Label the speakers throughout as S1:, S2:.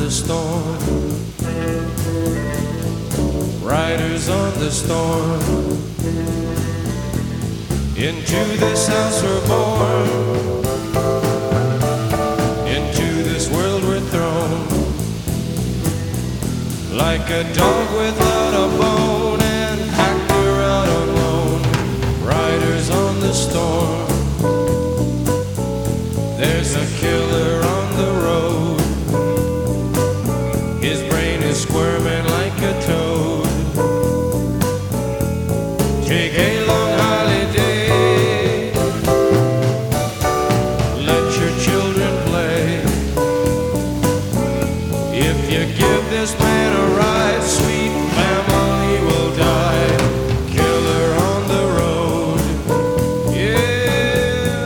S1: the storm, riders on the storm. Into this house we're born, into this world we're thrown, like a dog without a bone, an actor out alone, riders on the storm. There's a killer on the road, his brain is squirming like a toad. Take a long holiday, let your children play. If you give this man a ride, sweet family will die. Killer on the road, yeah.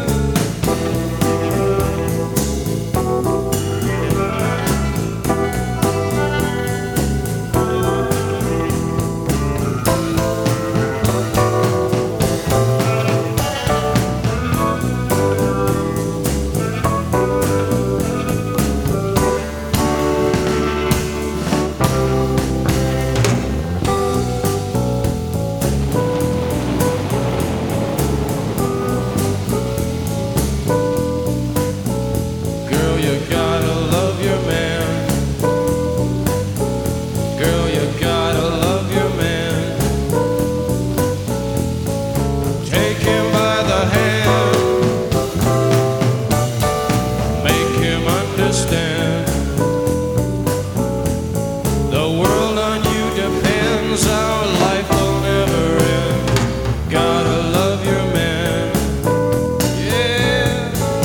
S1: Girl, you gotta love your man. Girl, you gotta love your man. Take him by the hand, make him understand. The world on you depends, our life will never end. Gotta love your man, yeah.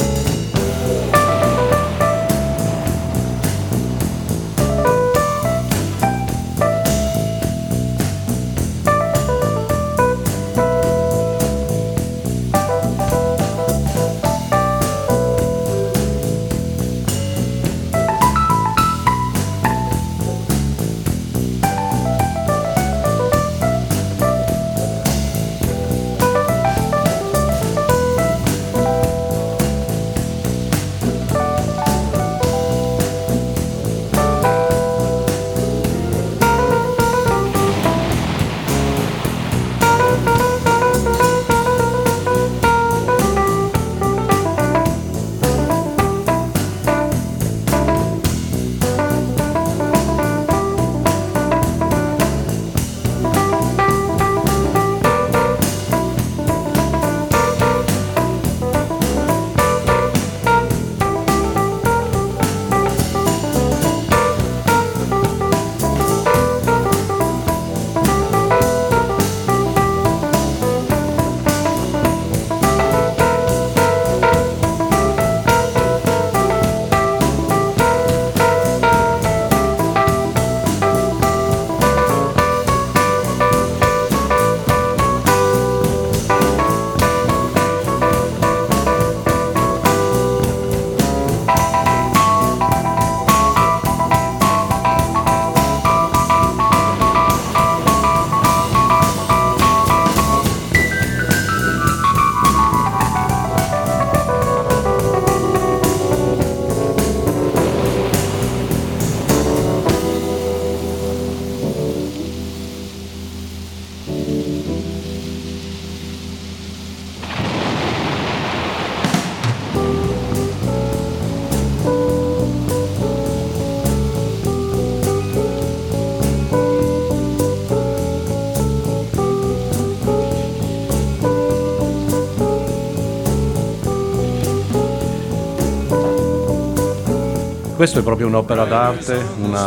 S2: Questo è proprio un'opera d'arte,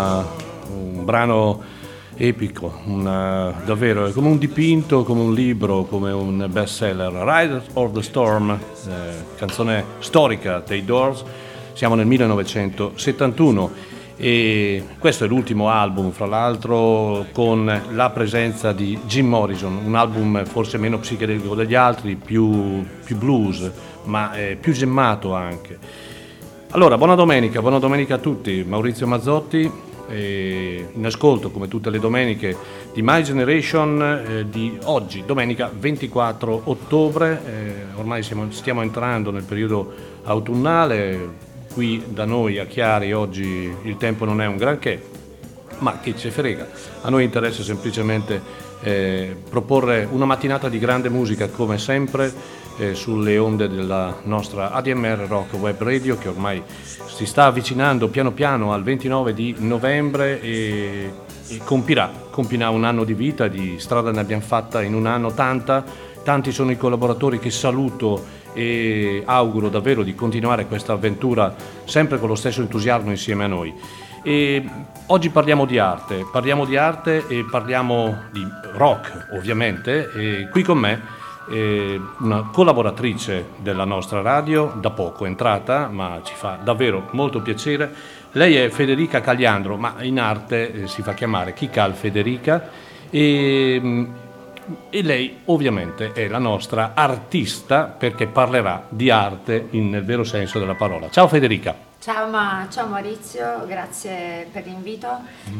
S2: un brano epico, davvero è come un dipinto, come un libro, come un bestseller. Riders of the Storm, canzone storica dei Doors. Siamo nel 1971 e questo è l'ultimo album, fra l'altro, con la presenza di Jim Morrison, un album forse meno psichedelico degli altri, più blues, ma più gemmato anche. Allora, buona domenica a tutti. Maurizio Mazzotti, in ascolto come tutte le domeniche di My Generation, di oggi, domenica 24 ottobre. Ormai stiamo entrando nel periodo autunnale, qui da noi a Chiari oggi il tempo non è un granché, ma che ce frega, a noi interessa semplicemente proporre una mattinata di grande musica come sempre sulle onde della nostra ADMR Rock Web Radio, che ormai si sta avvicinando piano piano al 29 di novembre e compirà un anno di vita. Di strada ne abbiamo fatta in un anno tanti sono i collaboratori che saluto e auguro davvero di continuare questa avventura sempre con lo stesso entusiasmo insieme a noi. E oggi parliamo di arte e parliamo di rock ovviamente, e qui con me una collaboratrice della nostra radio, da poco entrata, ma ci fa davvero molto piacere. Lei è Federica Cagliandro, ma in arte si fa chiamare Chical Federica, e lei ovviamente è la nostra artista, perché parlerà di arte nel vero senso della parola. Ciao Federica.
S3: Ciao Maurizio, grazie per l'invito.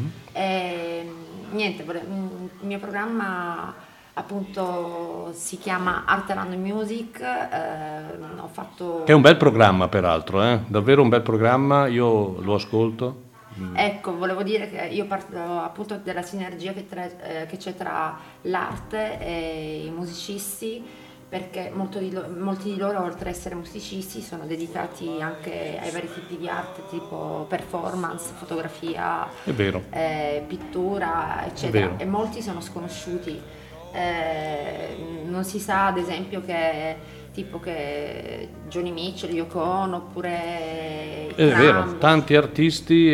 S3: Niente, il mio programma appunto si chiama Art Around Music. Ho fatto...
S2: È un bel programma peraltro, davvero un bel programma, io lo ascolto.
S3: Ecco, volevo dire che io parlo appunto della sinergia che c'è tra l'arte e i musicisti, perché molti di loro, oltre ad essere musicisti, sono dedicati anche ai vari tipi di arte, tipo performance, fotografia,
S2: è vero.
S3: Pittura, eccetera, e molti sono sconosciuti. Non si sa ad esempio che Joni Mitchell, Yoko Ono, oppure
S2: è vero, tanti artisti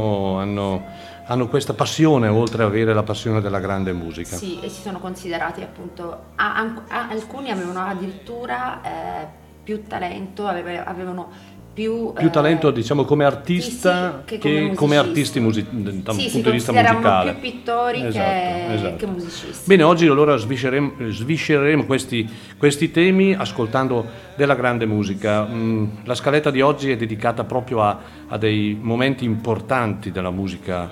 S2: hanno questa passione, oltre ad avere la passione della grande musica.
S3: Sì, e si sono considerati appunto, alcuni avevano addirittura più talento, avevano più
S2: talento, diciamo, come artista che come artisti da un punto di vista musicale.
S3: Più pittori
S2: esatto.
S3: che musicisti.
S2: Bene, oggi allora sviscereremo questi temi ascoltando della grande musica. La scaletta di oggi è dedicata proprio a dei momenti importanti della musica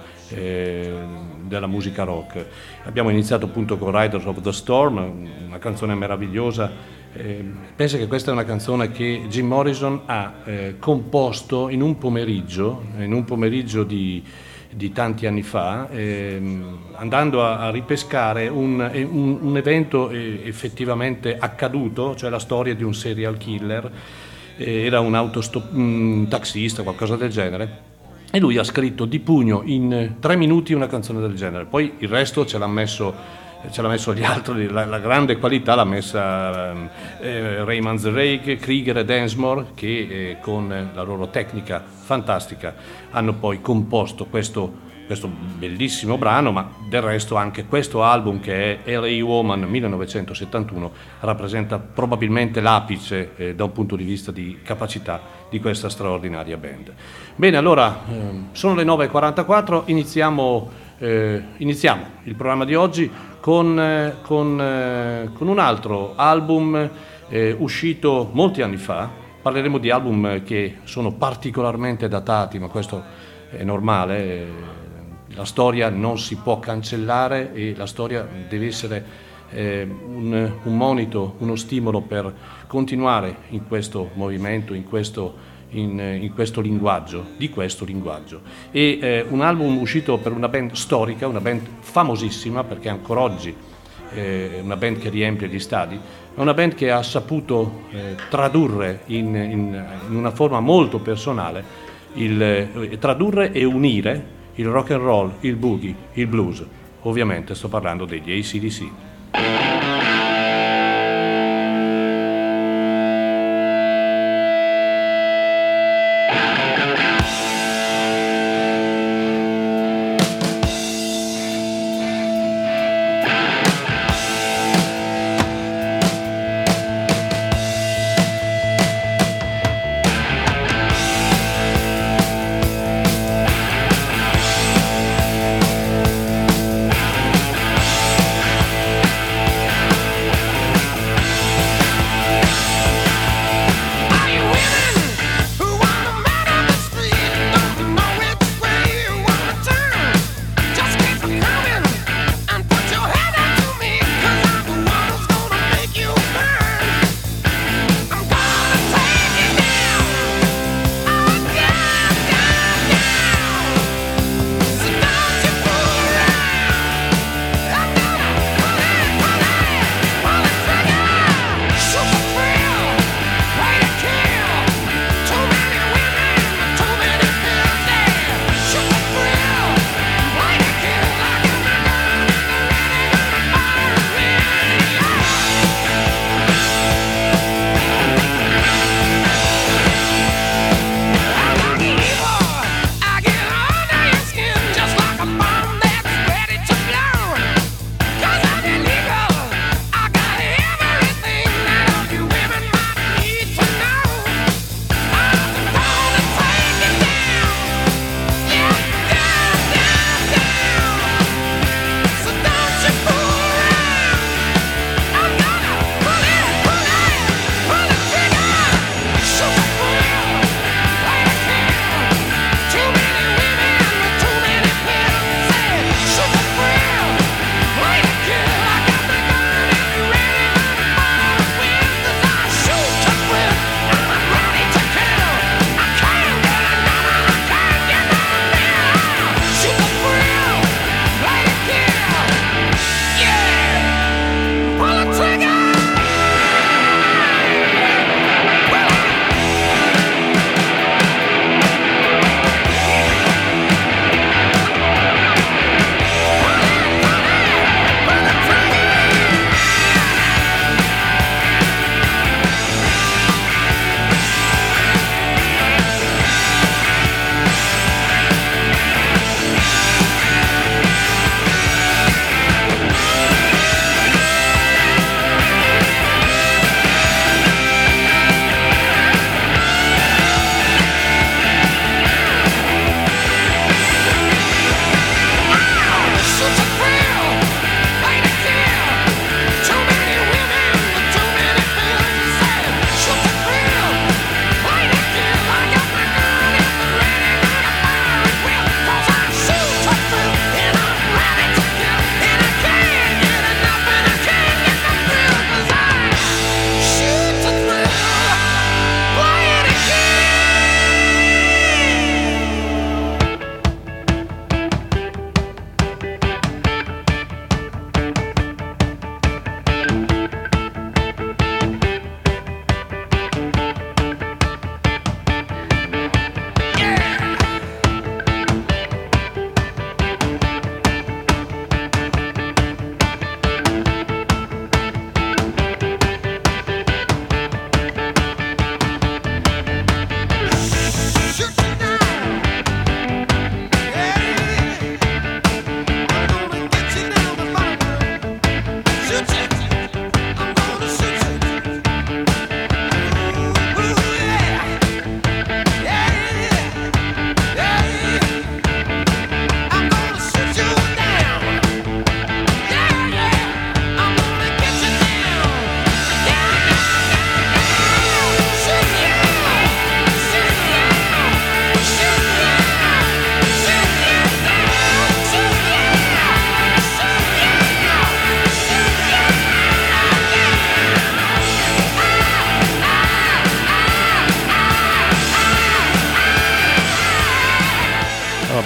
S2: rock. Abbiamo iniziato appunto con Riders of the Storm, una canzone meravigliosa. Penso che questa è una canzone che Jim Morrison ha composto in un pomeriggio di tanti anni fa, andando a ripescare un evento effettivamente accaduto, cioè la storia di un serial killer. Era un taxista, qualcosa del genere, e lui ha scritto di pugno in 3 minuti una canzone del genere. Poi il resto ce l'ha messo gli altri, la grande qualità l'ha messa Raymond Zarek, Krieger e Densmore, che con la loro tecnica fantastica hanno poi composto questo bellissimo brano, ma del resto anche questo album, che è LA Woman 1971, rappresenta probabilmente l'apice da un punto di vista di capacità di questa straordinaria band. Bene, allora sono le 9:44, iniziamo il programma di oggi con un altro album uscito molti anni fa. Parleremo di album che sono particolarmente datati, ma questo è normale. La storia non si può cancellare e la storia deve essere un monito, uno stimolo per continuare in questo movimento, in questo linguaggio, e un album uscito per una band storica, una band famosissima, perché ancora oggi è una band che riempie gli stadi, è una band che ha saputo tradurre in una forma molto personale, tradurre e unire il rock and roll, il boogie, il blues. Ovviamente sto parlando degli AC/DC.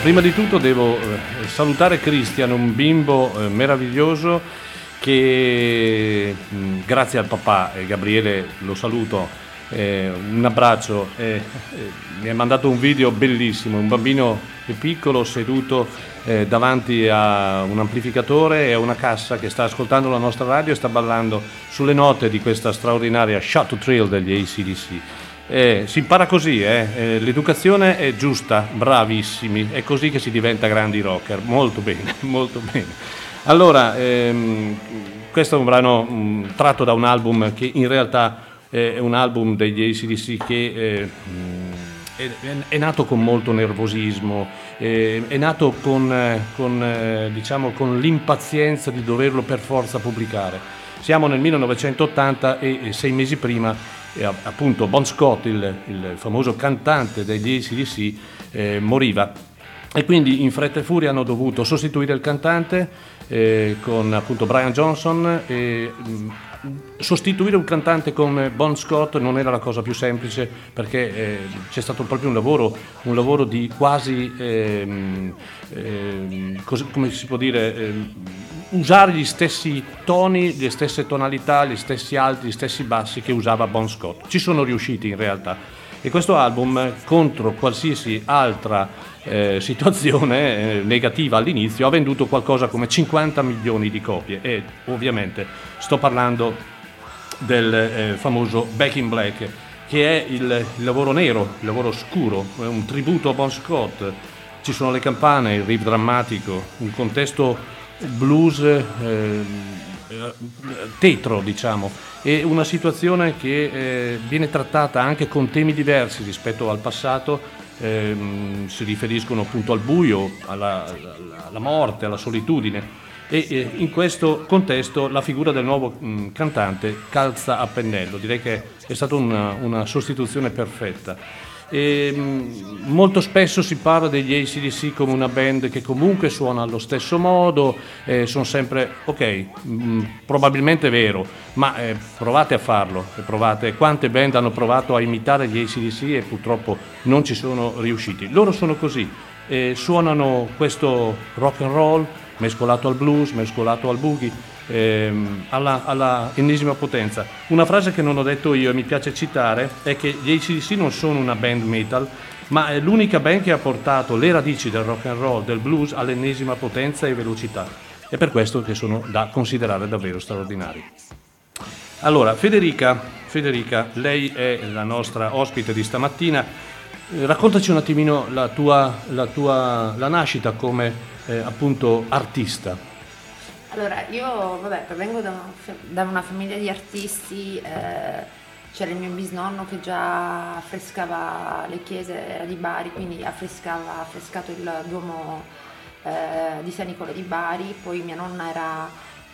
S2: prima di tutto devo salutare Cristian, un bimbo meraviglioso che grazie al papà, Gabriele lo saluto, un abbraccio, mi ha mandato un video bellissimo, un bambino piccolo seduto davanti a un amplificatore e a una cassa che sta ascoltando la nostra radio e sta ballando sulle note di questa straordinaria Shot to Thrill degli AC/DC. Si impara così, l'educazione è giusta, bravissimi, è così che si diventa grandi rocker, molto bene, molto bene. Allora, questo è un brano tratto da un album che in realtà è un album degli AC/DC che è nato con molto nervosismo, è nato diciamo, con l'impazienza di doverlo per forza pubblicare. Siamo nel 1980 e 6 mesi prima appunto Bon Scott, il famoso cantante degli AC/DC, moriva. E quindi in fretta e furia hanno dovuto sostituire il cantante con appunto Brian Johnson. Sostituire un cantante come Bon Scott non era la cosa più semplice, perché c'è stato proprio un lavoro di quasi, come si può dire, usare gli stessi toni, le stesse tonalità, gli stessi alti, gli stessi bassi che usava Bon Scott. Ci sono riusciti in realtà. E questo album, contro qualsiasi altra situazione negativa all'inizio, ha venduto qualcosa come 50 milioni di copie, e ovviamente sto parlando del famoso Back in Black, che è il lavoro nero, il lavoro scuro, un tributo a Bon Scott. Ci sono le campane, il riff drammatico, un contesto blues tetro, diciamo, e una situazione che viene trattata anche con temi diversi rispetto al passato. Si riferiscono appunto al buio, alla morte, alla solitudine, e in questo contesto la figura del nuovo cantante calza a pennello. Direi che è stata una sostituzione perfetta. Molto spesso si parla degli AC/DC come una band che comunque suona allo stesso modo, sono sempre probabilmente è vero, ma provate a farlo, provate. Quante band hanno provato a imitare gli AC/DC e purtroppo non ci sono riusciti. Loro sono così, suonano questo rock and roll mescolato al blues, mescolato al boogie, alla ennesima potenza. Una frase che non ho detto io e mi piace citare è che gli AC/DC non sono una band metal, ma è l'unica band che ha portato le radici del rock and roll, del blues all'ennesima potenza e velocità. È per questo che sono da considerare davvero straordinari. Allora, Federica, lei è la nostra ospite di stamattina. Raccontaci un attimino la nascita come appunto artista.
S3: Allora, io provengo da una famiglia di artisti, c'era il mio bisnonno che già affrescava le chiese, era di Bari, quindi ha affrescato il Duomo di San Nicola di Bari, poi mia nonna era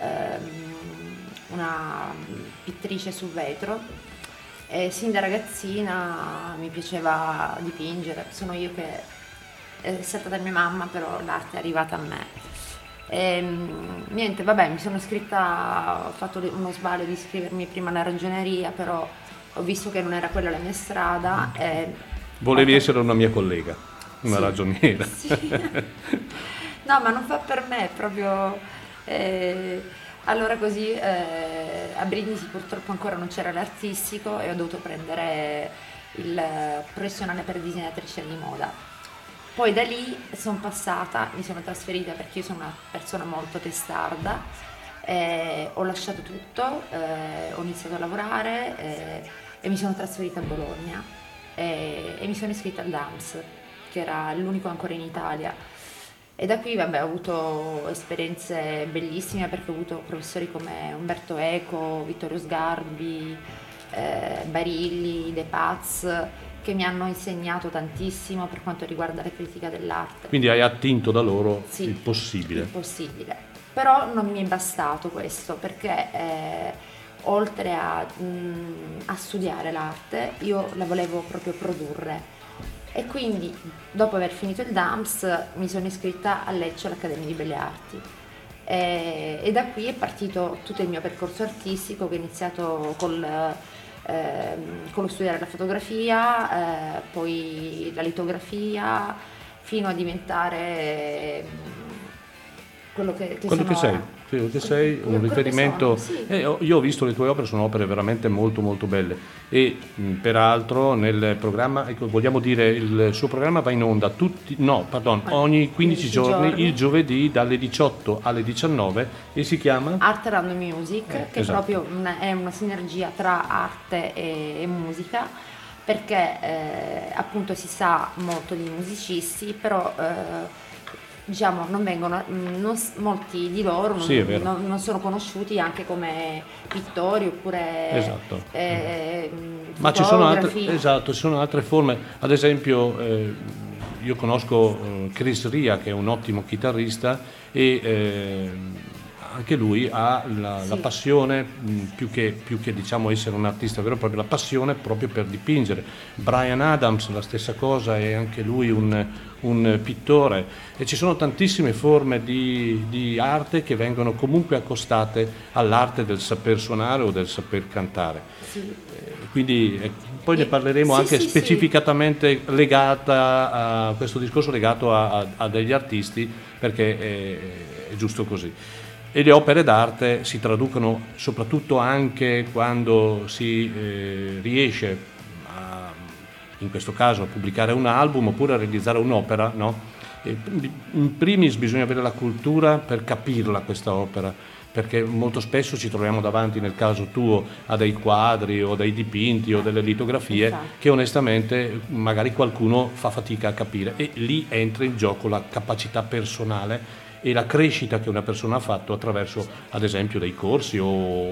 S3: una pittrice su vetro, e sin da ragazzina mi piaceva dipingere. Sono io che è stata da mia mamma, però l'arte è arrivata a me. Niente, mi sono iscritta, ho fatto uno sbaglio di iscrivermi prima alla ragioneria, però ho visto che non era quella la mia strada.
S2: Volevi essere una mia collega, una ragioniera.
S3: Sì. No, ma non fa per me, proprio. Allora così a Brindisi purtroppo ancora non c'era l'artistico e ho dovuto prendere il professionale per disegnatrice di moda. Poi da lì sono passata, mi sono trasferita perché io sono una persona molto testarda, ho lasciato tutto, ho iniziato a lavorare e mi sono trasferita a Bologna e mi sono iscritta al DAMS, che era l'unico ancora in Italia. E da qui ho avuto esperienze bellissime, perché ho avuto professori come Umberto Eco, Vittorio Sgarbi, Barilli, De Paz, che mi hanno insegnato tantissimo per quanto riguarda la critica dell'arte.
S2: Quindi hai attinto da loro
S3: sì,
S2: il possibile.
S3: Il possibile. Però non mi è bastato questo, perché oltre a studiare l'arte, io la volevo proprio produrre. E quindi, dopo aver finito il DAMS, mi sono iscritta a Lecce, all'Accademia di Belle Arti. E da qui è partito tutto il mio percorso artistico, che è iniziato con lo studiare la fotografia, poi la litografia, fino a diventare quello che
S2: Quello che sei, quello che sei, un riferimento. Io ho visto le tue opere, sono opere veramente molto molto belle e peraltro nel programma, ecco, vogliamo dire, il suo programma va in onda ogni 15 giorni, il giovedì dalle 18 alle 19 e si chiama
S3: Art and Music, che
S2: esatto.
S3: è proprio è una sinergia tra arte e musica, perché appunto si sa molto di musicisti, però diciamo molti di loro non sono conosciuti anche come pittori oppure
S2: esatto.
S3: Ma
S2: ci sono altre forme, ad esempio io conosco Chris Ria, che è un ottimo chitarrista e anche lui ha la passione, più che diciamo essere un artista vero e proprio, la passione proprio per dipingere. Bryan Adams la stessa cosa, è anche lui un pittore, e ci sono tantissime forme di arte che vengono comunque accostate all'arte del saper suonare o del saper cantare. Quindi poi ne parleremo anche specificatamente legata a questo discorso, legato a degli artisti, perché è giusto così. E le opere d'arte si traducono soprattutto anche quando si riesce in questo caso a pubblicare un album oppure a realizzare un'opera, no? In primis bisogna avere la cultura per capirla questa opera, perché molto spesso ci troviamo davanti, nel caso tuo, a dei quadri o dei dipinti o delle litografie che onestamente magari qualcuno fa fatica a capire, e lì entra in gioco la capacità personale e la crescita che una persona ha fatto attraverso, ad esempio, dei corsi o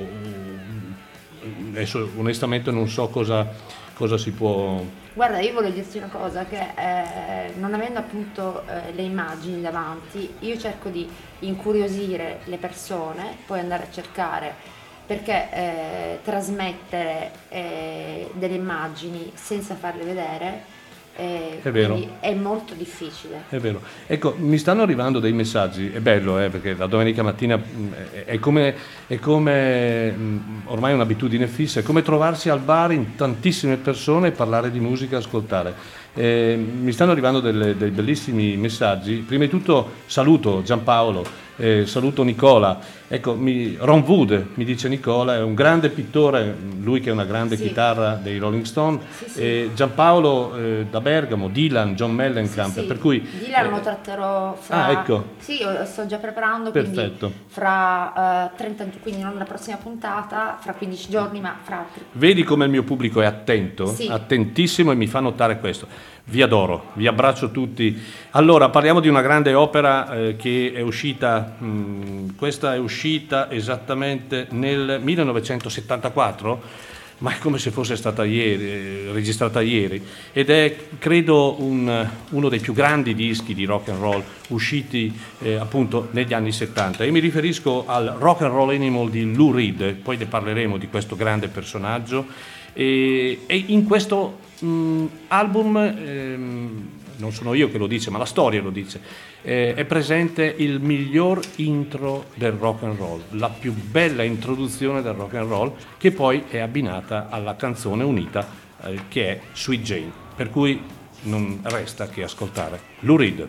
S2: adesso onestamente non so cosa si può.
S3: Guarda, io voglio dirti una cosa, che non avendo appunto le immagini davanti, io cerco di incuriosire le persone, poi andare a cercare, perché trasmettere delle immagini senza farle vedere
S2: è vero,
S3: è molto difficile.
S2: È vero. Ecco, mi stanno arrivando dei messaggi, è bello, perché la domenica mattina è come ormai un'abitudine fissa, è come trovarsi al bar in tantissime persone e parlare di musica, ascoltare. Mi stanno arrivando dei bellissimi messaggi. Prima di tutto saluto Giampaolo, saluto Nicola. Ecco, Ron Wood, mi dice Nicola, è un grande pittore, lui che è una grande chitarra dei Rolling Stone, Giampaolo da Bergamo, Dylan, John Mellencamp, per cui
S3: Dylan lo tratterò fra
S2: ecco.
S3: Sì, io sto già preparando,
S2: perfetto.
S3: Quindi fra 30, quindi non la prossima puntata, fra 15 giorni, ma fra altri.
S2: Vedi come il mio pubblico è attento, attentissimo, e mi fa notare questo. Vi adoro, vi abbraccio tutti. Allora, parliamo di una grande opera che è uscita, questa è uscita esattamente nel 1974, ma è come se fosse stata registrata ieri, ed è credo uno dei più grandi dischi di rock and roll usciti appunto negli anni 70, e mi riferisco al Rock and Roll Animal di Lou Reed. Poi ne parleremo di questo grande personaggio, e in questo album, non sono io che lo dice, ma la storia lo dice, è presente il miglior intro del rock and roll, la più bella introduzione del rock and roll, che poi è abbinata alla canzone unita che è Sweet Jane, per cui non resta che ascoltare Lou Reed.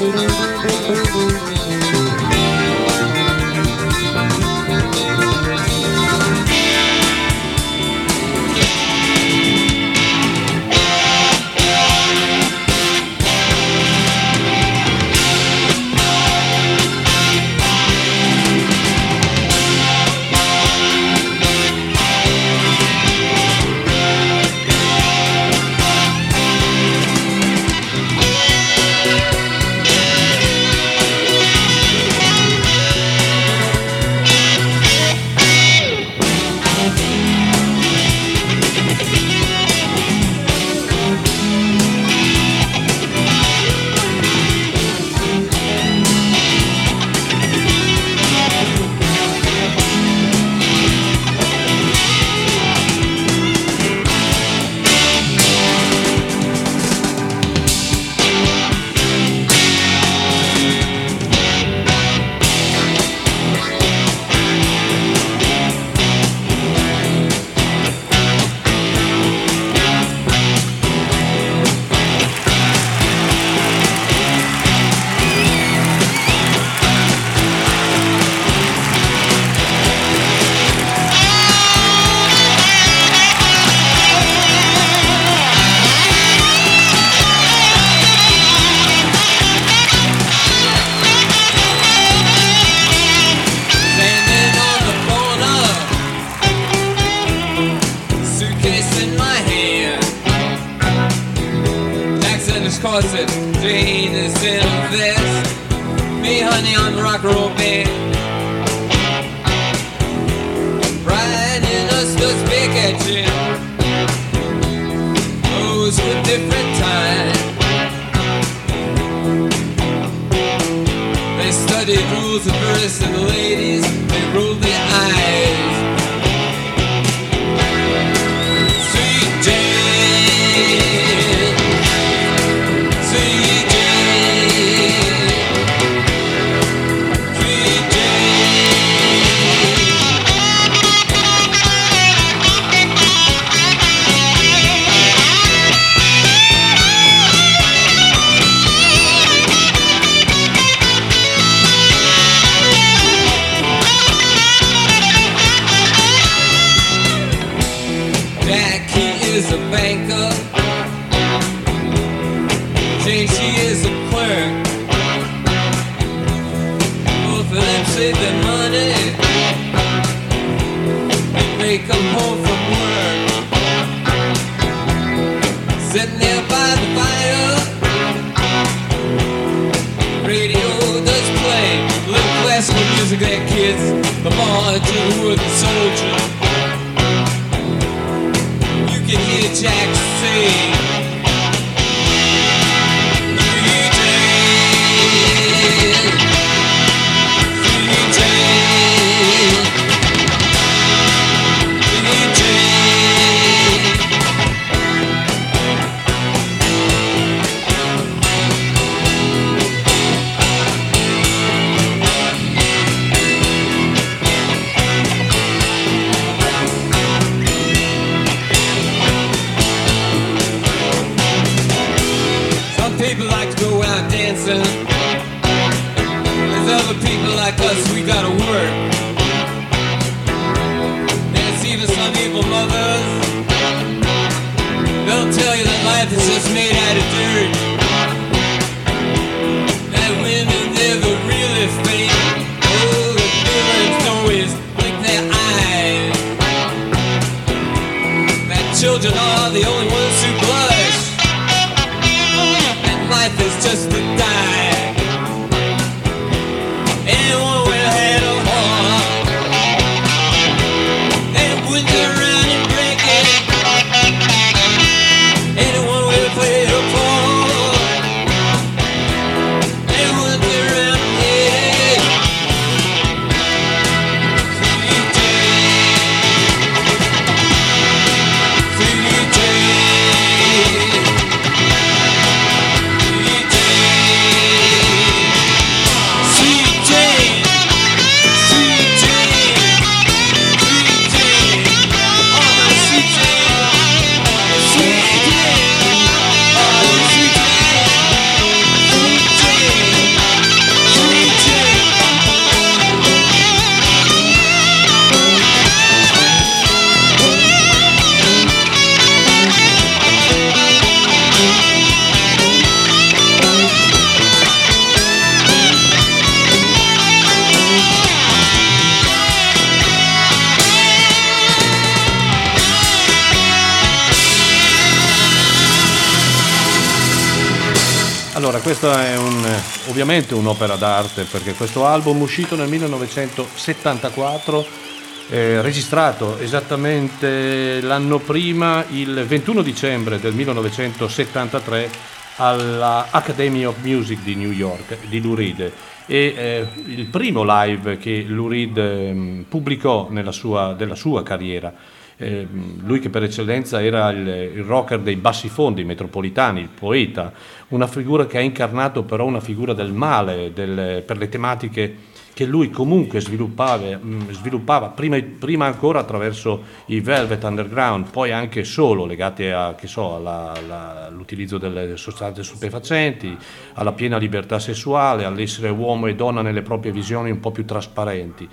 S1: corset, Jane is in a vest. Me, honey, on the rock and roll band. Brian and us does big at Jim. Those were different times. They studied rules of verse and the ladies, they rolled their eyes. Sweet Jane, sweet Jane, sweet Jackie is a banker. Jane, she is a clerk. Both of them save their money. They come home from work. Sitting there by the fire. Radio does play little classical music there, kids. The March of the Wooden Soldier. You can hear Jack sing. Sweet Jane, sweet Jane, sweet Jane. Some people like to go out dancing. There's other people like us, we gotta work. There's even some evil mothers. They'll tell you that life is just made out of dirt. That women never really think. Oh, the villains always blink their eyes. That children are the only ones who blush. And life is just a die. Anyone with
S2: questa è ovviamente un'opera d'arte, perché questo album uscito nel 1974, registrato esattamente l'anno prima, il 21 dicembre del 1973, alla Academy of Music di New York, di Lou Reed. E il primo live che Lou Reed pubblicò della sua carriera. Lui che per eccellenza era il rocker dei bassifondi metropolitani, il poeta, una figura che ha incarnato però una figura del male per le tematiche che lui comunque sviluppava prima ancora attraverso i Velvet Underground, poi anche solo legate all'utilizzo delle sostanze stupefacenti, alla piena libertà sessuale, all'essere uomo e donna nelle proprie visioni un po' più trasparenti.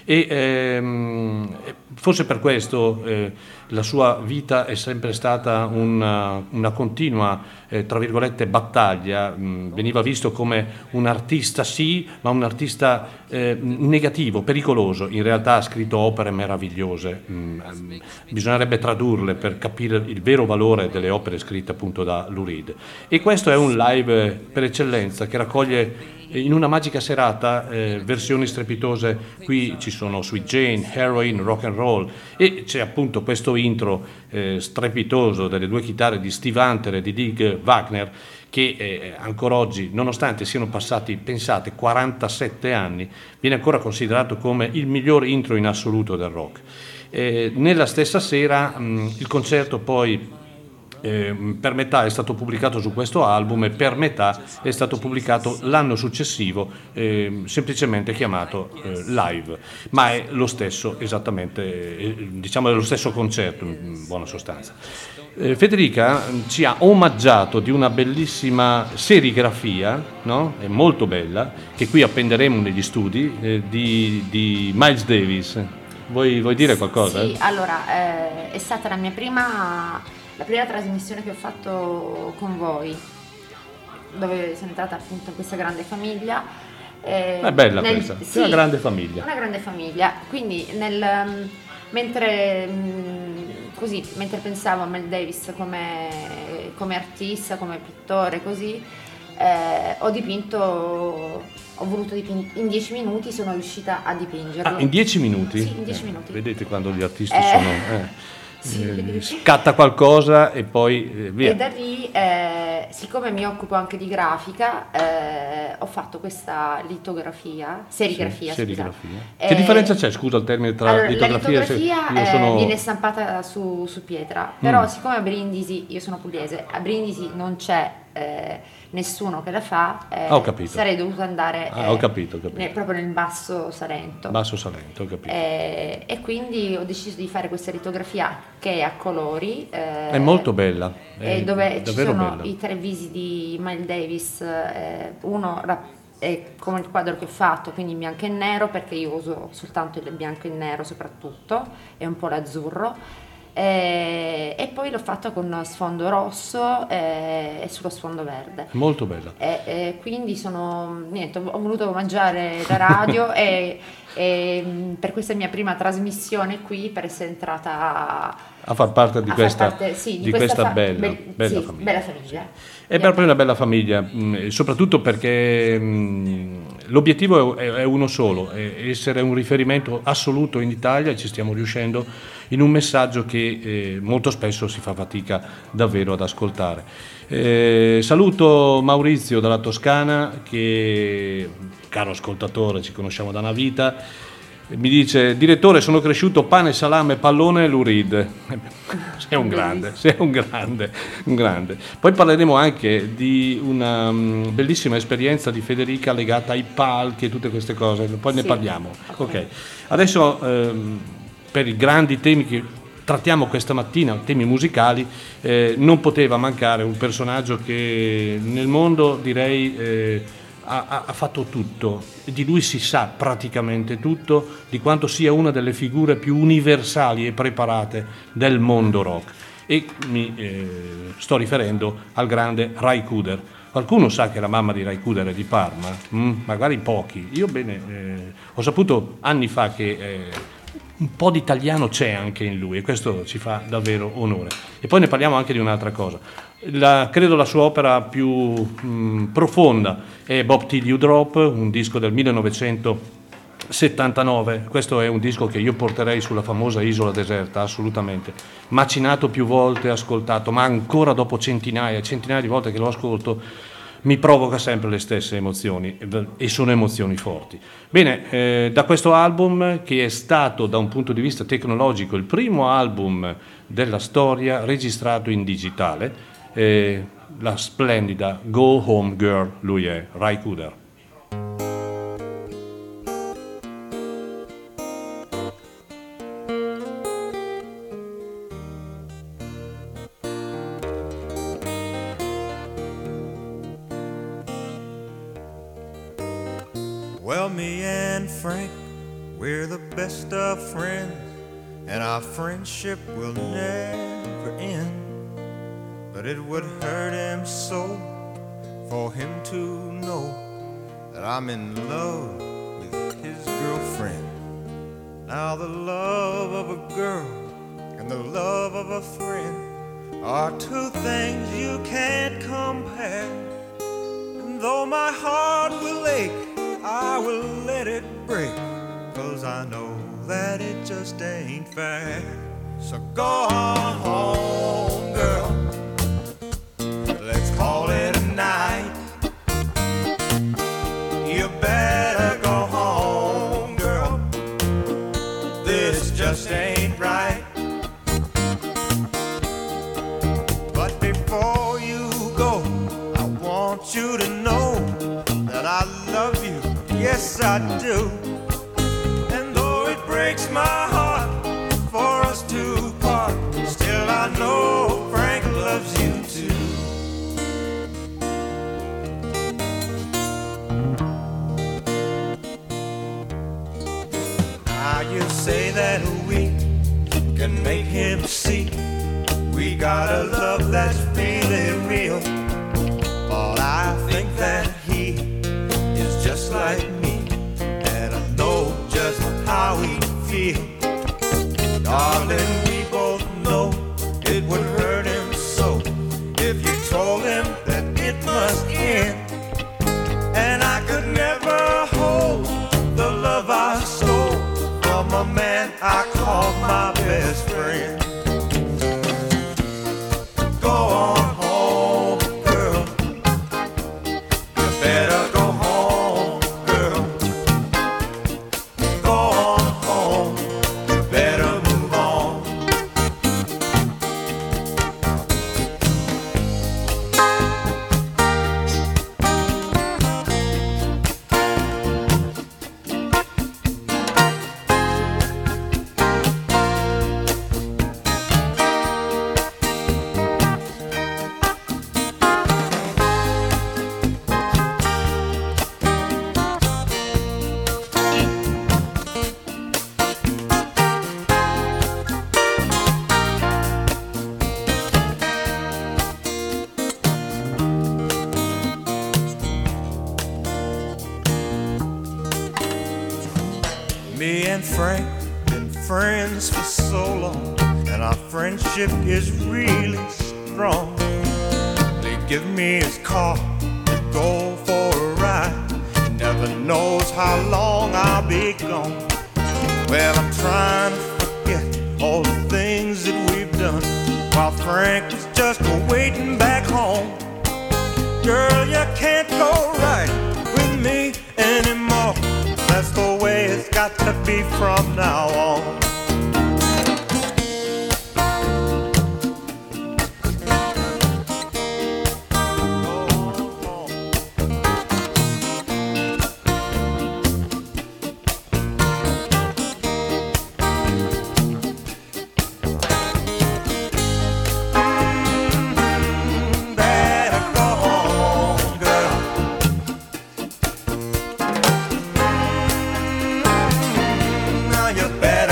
S2: E forse per questo la sua vita è sempre stata una continua, tra virgolette, battaglia. Veniva visto come un artista sì, ma un artista negativo, pericoloso. In realtà ha scritto opere meravigliose, bisognerebbe tradurle per capire il vero valore delle opere scritte appunto da Lou Reed. E questo è un live per eccellenza che raccoglie in una magica serata versioni strepitose. Qui ci sono Sweet Jane, Heroin, Rock and Roll, e c'è appunto questo intro strepitoso delle due chitarre di Steve Hunter e di Dick Wagner, che ancora oggi, nonostante siano passati, pensate, 47 anni, viene ancora considerato come il miglior intro in assoluto del rock. Nella stessa sera il concerto poi per metà è stato pubblicato su questo album e per metà è stato pubblicato l'anno successivo, semplicemente chiamato Live, ma è lo stesso, esattamente, diciamo è lo stesso concerto in buona sostanza. Federica ci ha omaggiato di una bellissima serigrafia, no? È molto bella, che qui appenderemo negli studi, di Miles Davis. Vuoi dire qualcosa?
S3: Sì, allora, è stata la prima trasmissione che ho fatto con voi, dove sono entrata appunto in questa grande famiglia.
S2: È bella questa, sì, una grande famiglia.
S3: Una grande famiglia, quindi mentre pensavo a Mel Davis come artista, come pittore, così, ho voluto dipingere in 10 minuti, sono riuscita a dipingerlo.
S2: In 10 minuti?
S3: Sì, in 10 minuti.
S2: Vedete quando gli artisti sono... scatta qualcosa e poi via.
S3: E da lì, siccome mi occupo anche di grafica, ho fatto questa serigrafia.
S2: Che differenza c'è, scusa, il termine tra litografia e
S3: litografia? Viene stampata su pietra, però siccome a Brindisi, io sono pugliese, a Brindisi non c'è nessuno che la fa,
S2: ho capito.
S3: Sarei dovuta andare
S2: ho capito.
S3: Proprio nel Basso Salento.
S2: Ho capito.
S3: E quindi ho deciso di fare questa litografia che è a colori.
S2: È molto bella.
S3: Dove ci sono
S2: bella.
S3: I 3 visi di Miles Davis, uno è come il quadro che ho fatto, quindi in bianco e nero, perché io uso soltanto il bianco e nero soprattutto, e un po' l'azzurro. E poi l'ho fatto con sfondo rosso e sullo sfondo verde.
S2: Molto bella.
S3: Quindi ho voluto mangiare la radio e per questa mia prima trasmissione qui, per essere entrata
S2: a far parte di questa bella
S3: famiglia.
S2: È proprio una bella famiglia, soprattutto perché l'obiettivo è uno solo, è essere un riferimento assoluto in Italia, e ci stiamo riuscendo in un messaggio che molto spesso si fa fatica davvero ad ascoltare. Saluto Maurizio dalla Toscana, che, caro ascoltatore, ci conosciamo da una vita. Mi dice: direttore, sono cresciuto pane, salame, pallone e Lou Reed. Sei un grande. Poi parleremo anche di una bellissima esperienza di Federica legata ai palchi e tutte queste cose, poi ne parliamo. Ok. Adesso per i grandi temi che trattiamo questa mattina, temi musicali, non poteva mancare un personaggio che nel mondo, direi, ha fatto tutto. Di lui si sa praticamente tutto, di quanto sia una delle figure più universali e preparate del mondo rock, e mi sto riferendo al grande Ry Cooder. Qualcuno sa che la mamma di Ry Cooder è di Parma? Magari pochi. Io ho saputo anni fa che un po' di italiano c'è anche in lui, e questo ci fa davvero onore. E poi ne parliamo anche di un'altra cosa. Credo la sua opera più profonda è Bob Till You Drop, un disco del 1979. Questo è un disco che io porterei sulla famosa isola deserta, assolutamente. Macinato più volte, ascoltato, ma ancora dopo centinaia e centinaia di volte che lo ascolto mi provoca sempre le stesse emozioni, e sono emozioni forti. Bene, da questo album, che è stato da un punto di vista tecnologico il primo album della storia registrato in digitale, la splendida Go Home Girl, lui è Ry Cooder.
S1: Well, me and Frank, we're the best of friends, and our friendship will never end. But it would hurt him so for him to know that I'm in love with his girlfriend. Now the love of a girl and the love of a friend are two things you can't compare. And though my heart will ache, I will let it break, 'cause I know that it just ain't fair. So go on home, girl, let's call it a night. You better go home, girl, this just ain't right. But before you go, I want you to know that I love you, yes I do. And though it breaks my heart for us to part, still I know Frank loves you too. Now you say that we can make him see we got a love that's really real, but I think that he is just like me, and I know just how he feels. Darling, we both know it would hurt him so if you told him that it must end. And I could never hold the love I stole from a man I call my best friend. Go on home, girl, you better go home, girl. Go on home, you better move on. Me and Frank been friends for so long, and our friendship is really strong. They give me his car to go for a ride. He never knows how long I'll be gone. Well, I'm trying to forget all the things that we've done, while Frank is just waiting back home. Girl, you can't go right with me anymore. That's the way it's got to be from now on. Better go home, girl. Now you better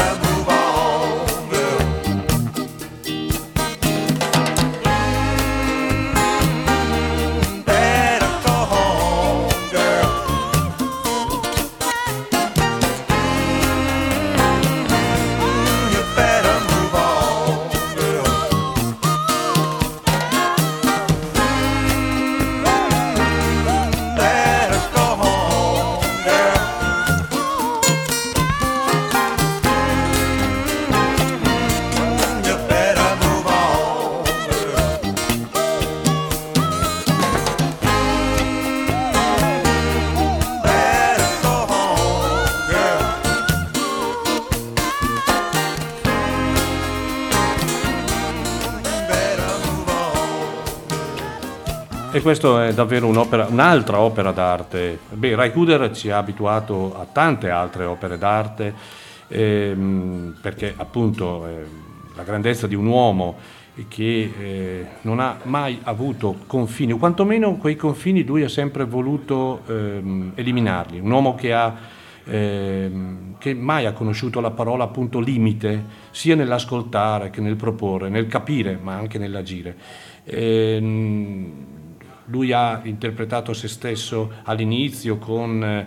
S2: questa è davvero un'altra opera d'arte. Beh, Ry Cooder ci ha abituato a tante altre opere d'arte, perché appunto la grandezza di un uomo che non ha mai avuto confini, o quantomeno quei confini lui ha sempre voluto eliminarli. Un uomo che mai ha conosciuto la parola appunto limite, sia nell'ascoltare che nel proporre, nel capire, ma anche nell'agire. Lui ha interpretato se stesso all'inizio con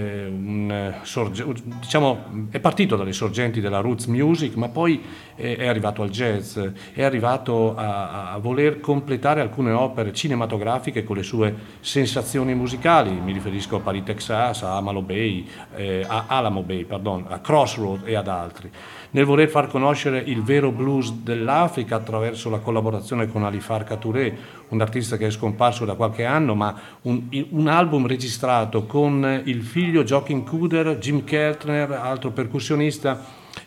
S2: diciamo, è partito dalle sorgenti della roots music, ma poi è arrivato al jazz, è arrivato a voler completare alcune opere cinematografiche con le sue sensazioni musicali. Mi riferisco a Paris, Texas, a Alamo Bay, a Crossroads e ad altri. Nel voler far conoscere il vero blues dell'Africa attraverso la collaborazione con Ali Farka Touré, un artista che è scomparso da qualche anno, ma un album registrato con il figlio Joaquin Cooder, Jim Keltner, altro percussionista,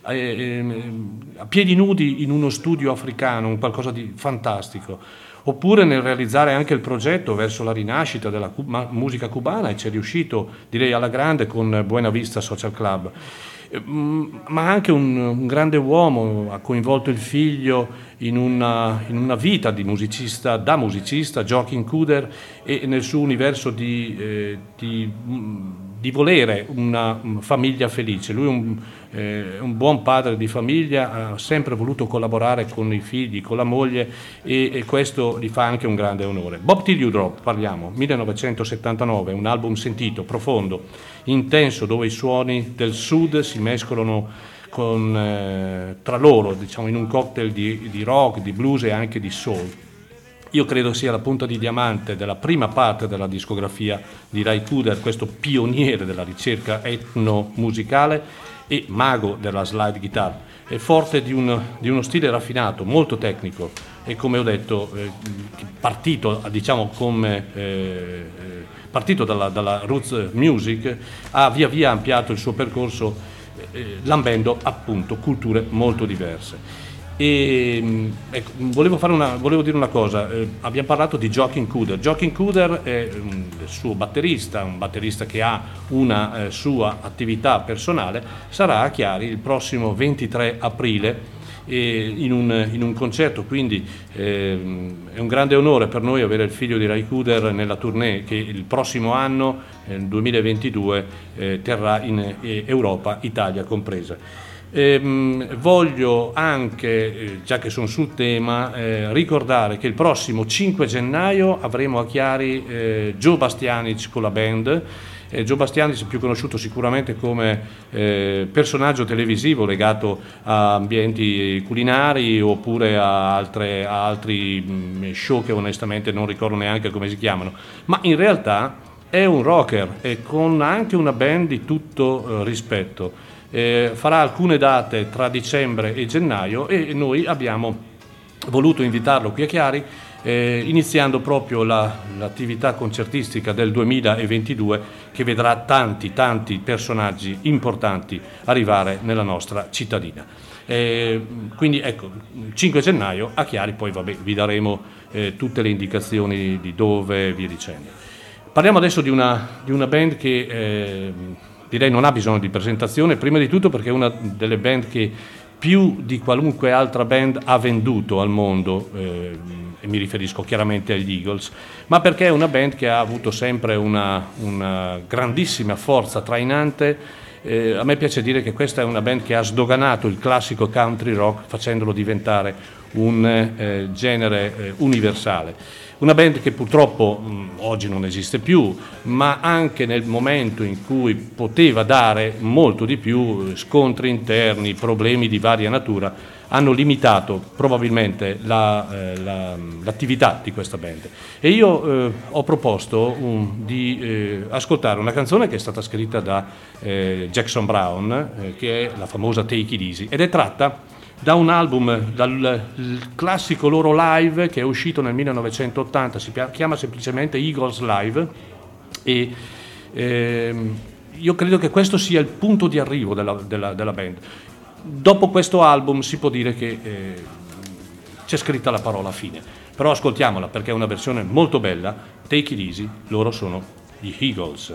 S2: a piedi nudi in uno studio africano, un qualcosa di fantastico. Oppure nel realizzare anche il progetto verso la rinascita della musica cubana, e ci è riuscito, direi, alla grande con Buena Vista Social Club. Ma anche un grande uomo, ha coinvolto il figlio in una vita di musicista, da musicista, Joaquin Cooder, e nel suo universo di volere una famiglia felice. Lui è un buon padre di famiglia, ha sempre voluto collaborare con i figli, con la moglie, e questo gli fa anche un grande onore. Bob Tillydrop, parliamo, 1979, un album sentito, profondo, intenso, dove i suoni del sud si mescolano tra loro, diciamo, in un cocktail di rock, di blues e anche di soul. Io credo sia la punta di diamante della prima parte della discografia di Ry Cooder, questo pioniere della ricerca etnomusicale e mago della slide guitar. È forte di uno stile raffinato, molto tecnico, e come ho detto, partito dalla roots music, ha via via ampliato il suo percorso, lambendo appunto culture molto diverse. E ecco, volevo dire una cosa, abbiamo parlato di Joaquin Cooder. Joaquin Cooder è il suo batterista, un batterista che ha una sua attività personale. Sarà a Chiari il prossimo 23 aprile in un concerto, quindi è un grande onore per noi avere il figlio di Ry Cooder nella tournée che il prossimo anno, nel 2022, terrà in Europa, Italia compresa. Voglio anche, già che sono sul tema, ricordare che il prossimo 5 gennaio avremo a Chiari Joe Bastianic con la band. Joe Bastianic è più conosciuto sicuramente come personaggio televisivo legato a ambienti culinari oppure a altri show che onestamente non ricordo neanche come si chiamano, ma in realtà è un rocker e con anche una band di tutto rispetto. Farà alcune date tra dicembre e gennaio e noi abbiamo voluto invitarlo qui a Chiari, iniziando proprio l'attività concertistica del 2022 che vedrà tanti personaggi importanti arrivare nella nostra cittadina. Quindi ecco, 5 gennaio a Chiari, poi vi daremo tutte le indicazioni di dove, via dicendo. Parliamo adesso di una band che direi non ha bisogno di presentazione, prima di tutto perché è una delle band che più di qualunque altra band ha venduto al mondo, e mi riferisco chiaramente agli Eagles, ma perché è una band che ha avuto sempre una grandissima forza trainante. A me piace dire che questa è una band che ha sdoganato il classico country rock facendolo diventare un genere universale. Una band che purtroppo oggi non esiste più, ma anche nel momento in cui poteva dare molto di più, scontri interni, problemi di varia natura, hanno limitato probabilmente l'attività di questa band. E io ho proposto di ascoltare una canzone che è stata scritta da Jackson Browne, che è la famosa Take It Easy, ed è tratta da un album, dal classico loro live che è uscito nel 1980, si chiama semplicemente Eagles Live, e io credo che questo sia il punto di arrivo della band. Dopo questo album si può dire che c'è scritta la parola fine. però ascoltiamola perché è una versione molto bella. Take It Easy, loro sono gli Eagles.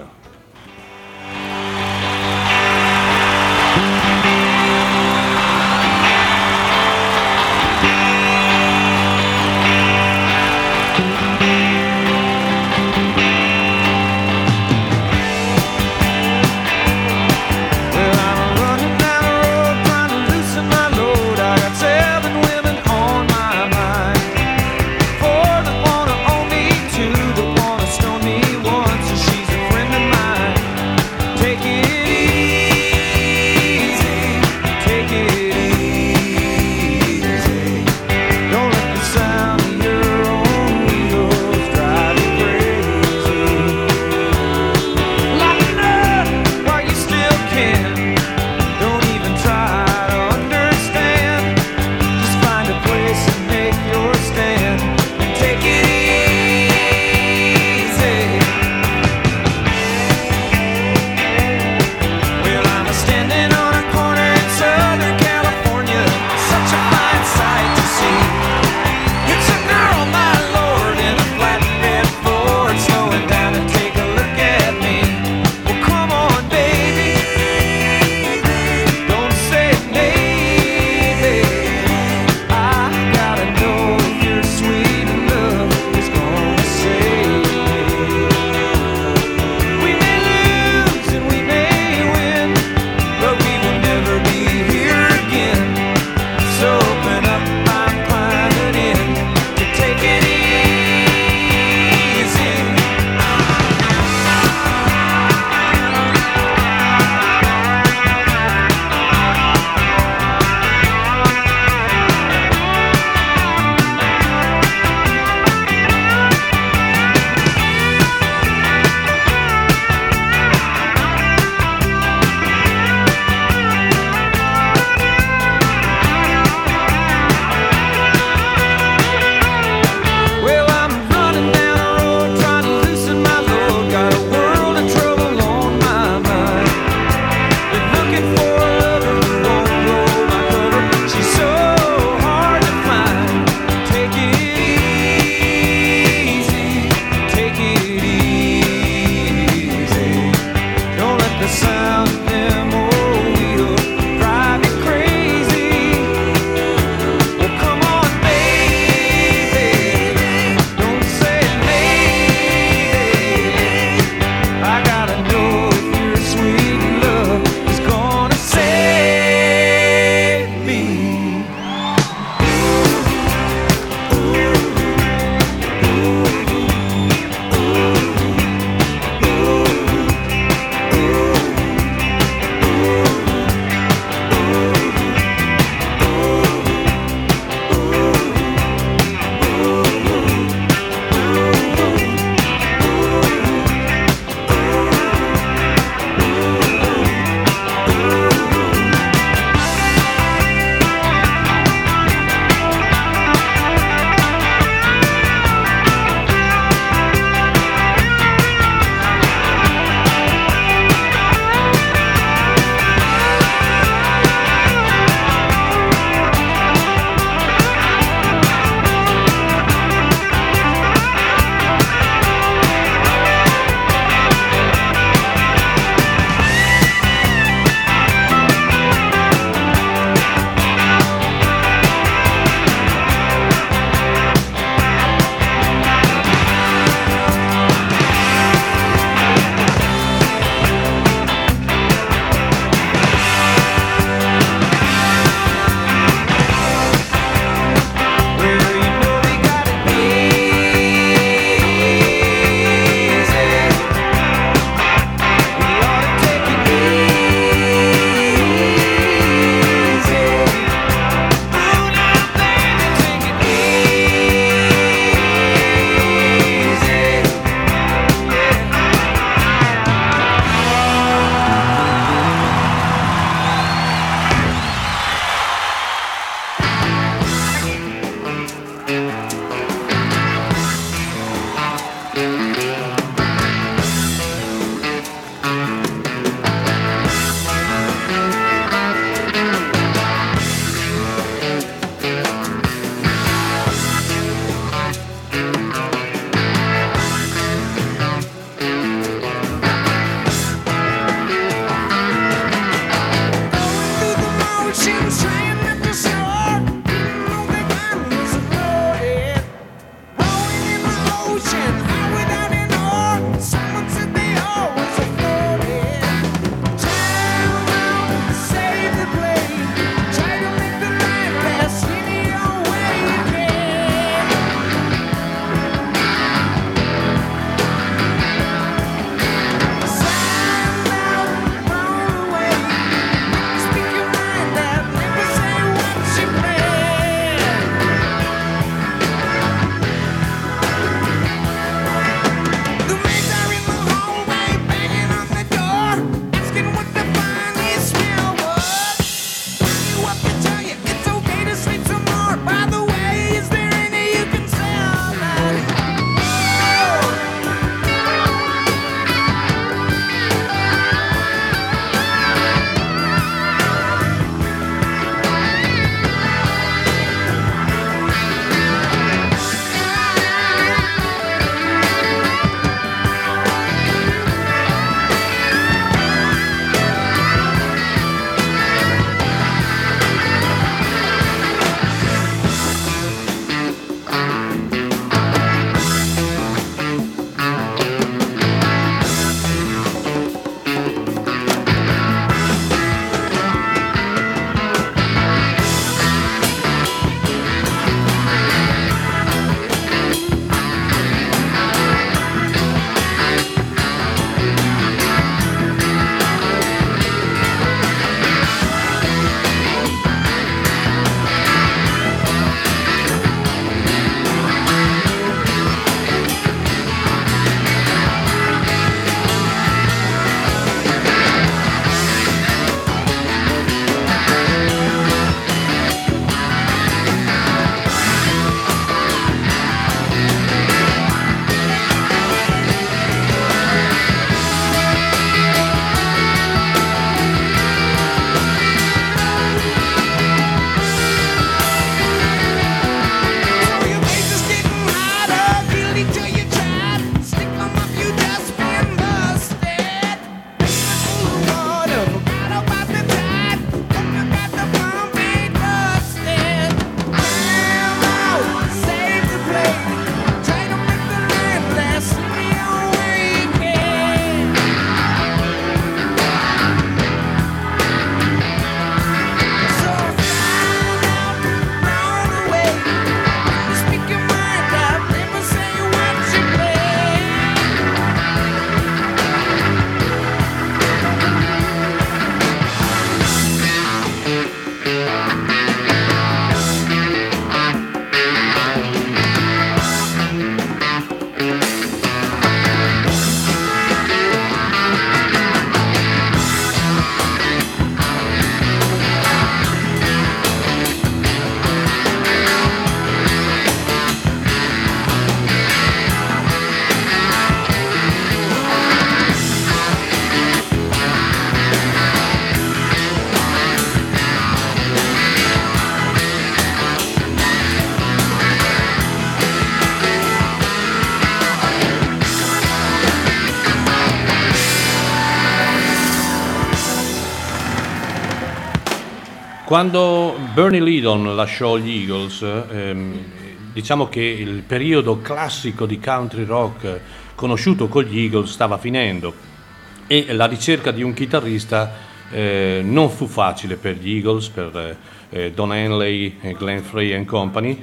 S2: Quando Bernie Leadon lasciò gli Eagles, diciamo che il periodo classico di country rock conosciuto con gli Eagles stava finendo e la ricerca di un chitarrista non fu facile per gli Eagles, per Don Henley, Glenn Frey and Company,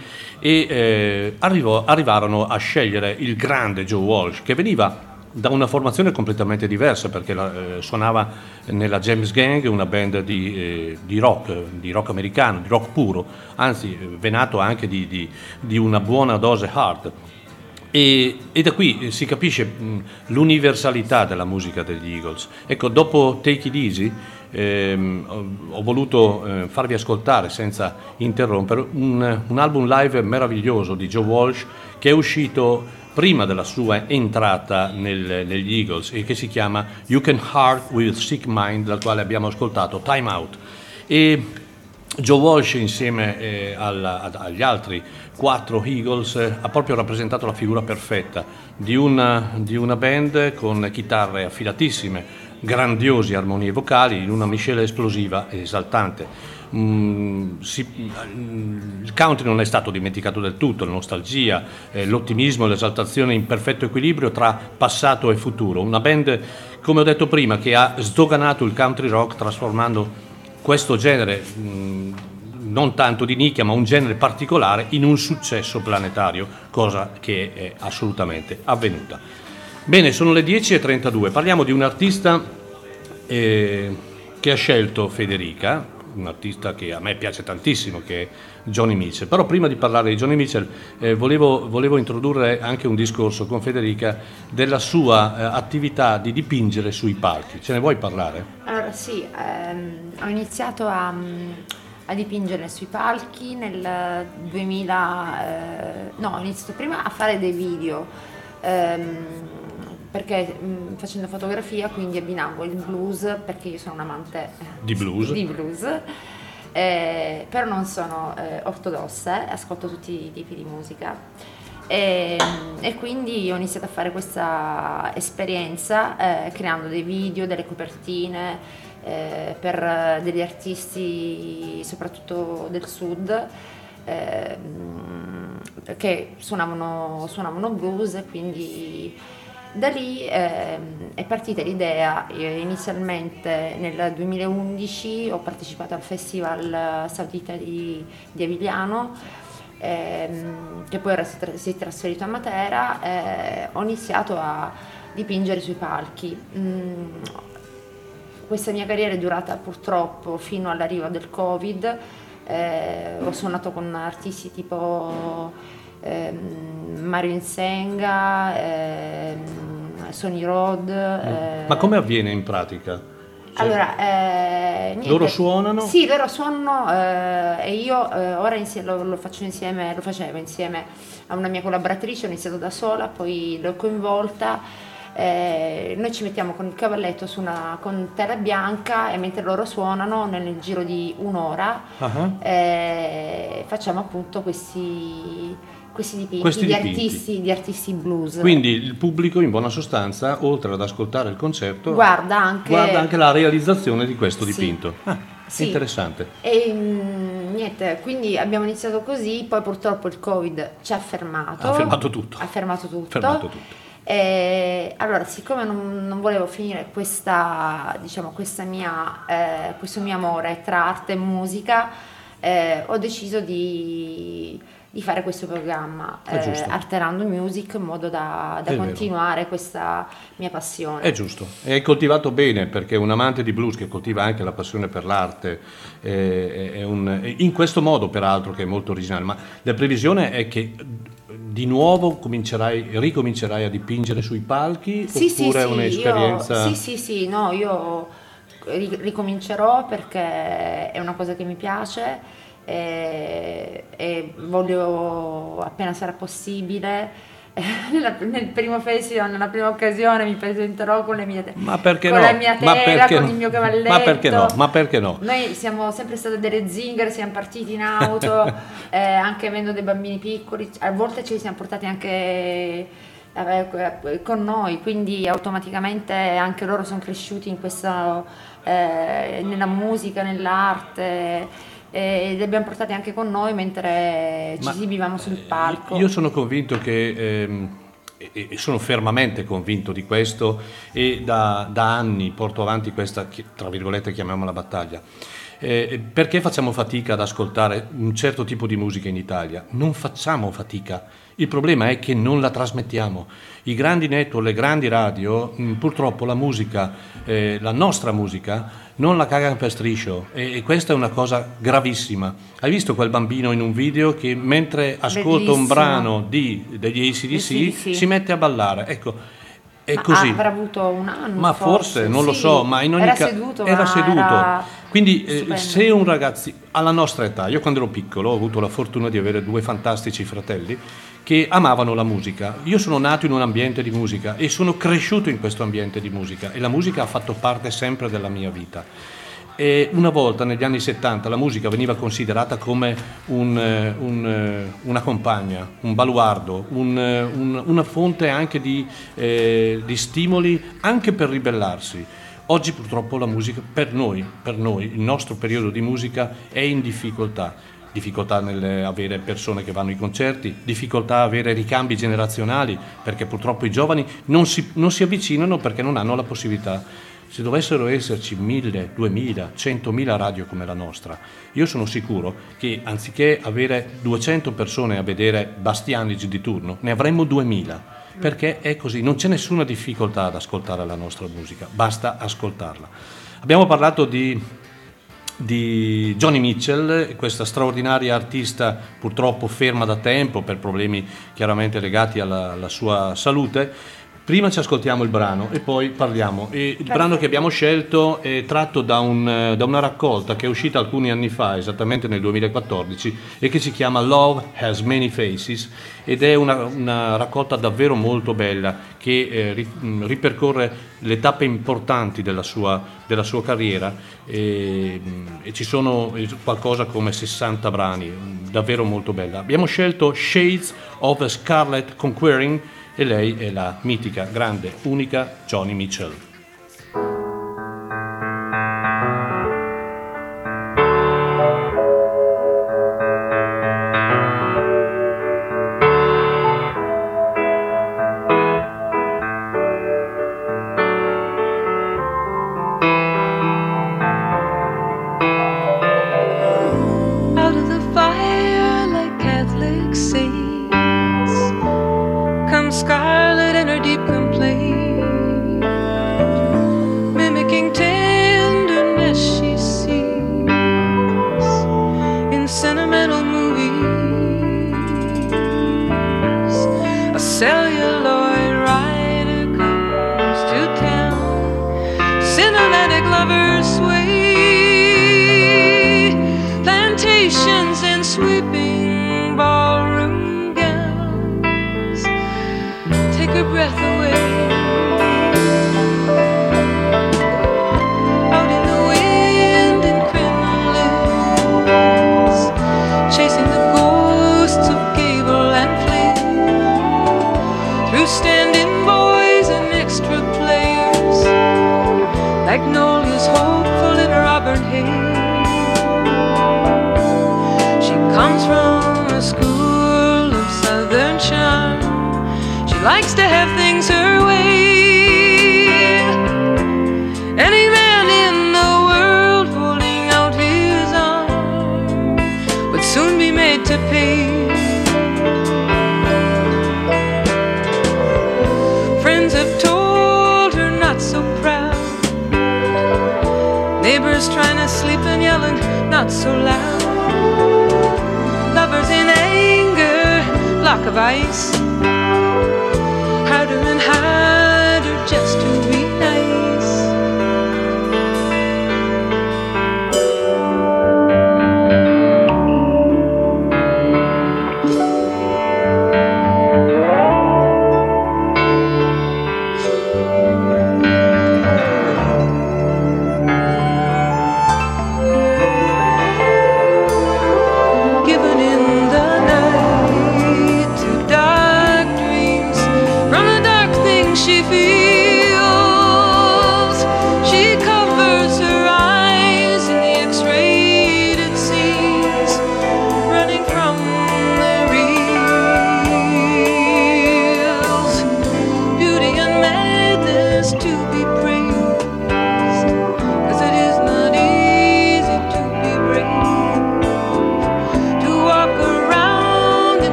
S2: e arrivarono a scegliere il grande Joe Walsh, che veniva da una formazione completamente diversa, perché suonava nella James Gang, una band di rock americano, di rock puro, anzi venato anche di una buona dose hard. E da qui si capisce l'universalità della musica degli Eagles. Ecco, dopo Take It Easy ho voluto farvi ascoltare senza interrompere un album live meraviglioso di Joe Walsh, che è uscito prima della sua entrata negli Eagles e che si chiama You Can Heart with Sick Mind, dal quale abbiamo ascoltato Time Out. E Joe Walsh, insieme agli altri 4 Eagles, ha proprio rappresentato la figura perfetta di una band con chitarre affilatissime, grandiosi armonie vocali, in una miscela esplosiva e esaltante. Il country non è stato dimenticato del tutto, la nostalgia, l'ottimismo e l'esaltazione in perfetto equilibrio tra passato e futuro. Una band, come ho detto prima, che ha sdoganato il country rock trasformando questo genere non tanto di nicchia ma un genere particolare in un successo planetario, cosa che è assolutamente avvenuta. Bene, sono le 10:32, parliamo di un artista che ha scelto Federica, un artista che a me piace tantissimo, che è Joni Mitchell. Però prima di parlare di Joni Mitchell volevo introdurre anche un discorso con Federica della sua attività di dipingere sui palchi. Ce ne vuoi parlare?
S3: Allora sì, ho iniziato a dipingere sui palchi nel 2000, no, ho iniziato prima a fare dei video, perché facendo fotografia quindi abbinavo il blues, perché io sono un amante
S2: di blues,
S3: però non sono ortodossa, ascolto tutti i tipi di musica e quindi ho iniziato a fare questa esperienza creando dei video, delle copertine per degli artisti soprattutto del sud che suonavano blues, e quindi da lì è partita l'idea. Inizialmente nel 2011 ho partecipato al Festival Saudita di Avigliano, che poi si è trasferito a Matera. Ho iniziato a dipingere sui palchi. Questa mia carriera è durata purtroppo fino all'arrivo del Covid. Ho suonato con artisti tipo Mario Insenga, Sonny Rod.
S2: Ma come avviene in pratica? Cioè,
S3: allora, niente.
S2: Loro suonano?
S3: Sì, loro suonano e io ora lo facevo insieme a una mia collaboratrice. Ho iniziato da sola, poi l'ho coinvolta. Noi ci mettiamo con il cavalletto con tela bianca, e mentre loro suonano nel giro di un'ora facciamo appunto questi dipinti di artisti blues.
S2: Quindi il pubblico, in buona sostanza, oltre ad ascoltare il concerto,
S3: guarda anche
S2: la realizzazione di questo dipinto.
S3: Sì.
S2: Interessante.
S3: E niente, quindi abbiamo iniziato così, poi purtroppo il Covid ci ha fermato.
S2: Ha fermato tutto.
S3: Allora, siccome non volevo finire questo mio amore tra arte e musica, ho deciso di fare questo programma, Arte Random Music, in modo da continuare questa mia passione.
S2: È giusto, e hai coltivato bene, perché un amante di blues che coltiva anche la passione per l'arte in questo modo, peraltro, che è molto originale. Ma la previsione è che di nuovo ricomincerai a dipingere sui palchi, oppure è un'esperienza?
S3: Io ricomincerò, perché è una cosa che mi piace. E voglio, appena sarà possibile, nel primo festival, nella prima occasione, mi presenterò con la mia tela, con il mio cavalletto.
S2: Ma perché no?
S3: Noi siamo sempre state delle zingare, siamo partiti in auto, anche avendo dei bambini piccoli, a volte ce li siamo portati anche con noi, quindi automaticamente anche loro sono cresciuti in questo, nella musica, nell'arte, e li abbiamo portati anche con noi mentre ci esibivamo sul palco.
S2: Io sono convinto che e sono fermamente convinto di questo, e da anni porto avanti questa, tra virgolette, chiamiamola battaglia. Perché facciamo fatica ad ascoltare un certo tipo di musica in Italia? Non facciamo fatica, il problema è che non la trasmettiamo. I grandi network, le grandi radio, purtroppo la musica, la nostra musica, non la cagano per striscio, e questa è una cosa gravissima. Hai visto quel bambino in un video che mentre ascolta un brano degli AC/DC si mette a ballare? Ecco, è così.
S3: Avrà avuto un anno,
S2: ma forse non lo so, ma in ogni caso era seduto. Quindi se un ragazzo alla nostra età, io quando ero piccolo ho avuto la fortuna di avere 2 fantastici fratelli che amavano la musica. Io sono nato in un ambiente di musica e sono cresciuto in questo ambiente di musica, e la musica ha fatto parte sempre della mia vita. E una volta negli anni 70 la musica veniva considerata come una compagna, un baluardo, una fonte anche di stimoli anche per ribellarsi. Oggi purtroppo la musica, per noi, il nostro periodo di musica è in difficoltà nell'avere persone che vanno ai concerti, difficoltà a avere ricambi generazionali, perché purtroppo i giovani non si avvicinano perché non hanno la possibilità. Se dovessero esserci 1000, 2000, 100.000 radio come la nostra, io sono sicuro che anziché avere 200 persone a vedere Bastianic di turno, ne avremmo 2000. Perché è così, non c'è nessuna difficoltà ad ascoltare la nostra musica, basta ascoltarla. Abbiamo parlato di Joni Mitchell, questa straordinaria artista purtroppo ferma da tempo per problemi chiaramente legati alla sua salute. Prima ci ascoltiamo il brano e poi parliamo. E il brano che abbiamo scelto è tratto da una raccolta che è uscita alcuni anni fa, esattamente nel 2014, e che si chiama Love Has Many Faces, ed è una raccolta davvero molto bella che ripercorre le tappe importanti della sua carriera, e ci sono qualcosa come 60 brani, davvero molto bella. Abbiamo scelto Shades of Scarlet Conquering, e lei è la mitica, grande, unica Joni Mitchell.
S4: Out of the fire like Catholic saints come scarlet in her deep complaint, mimicking tenderness she sees in sentimental movies. A celluloid rider comes to town, cinematic lovers sway, plantations and sweeping ballroom gowns take her breath away. Out in the wind in crinolines, chasing the ghosts of Gable and Flynn, through stand-in boys and extra players, Magnolia's hopeful in her auburn hair. She comes from a school of southern charm, likes to have things her way. Any man in the world holding out his arm would soon be made to pay. Friends have told her not so proud, neighbors trying to sleep and yelling not so loud, lovers in anger, block of ice, harder and harder just to be nice. Given in the night to dark dreams from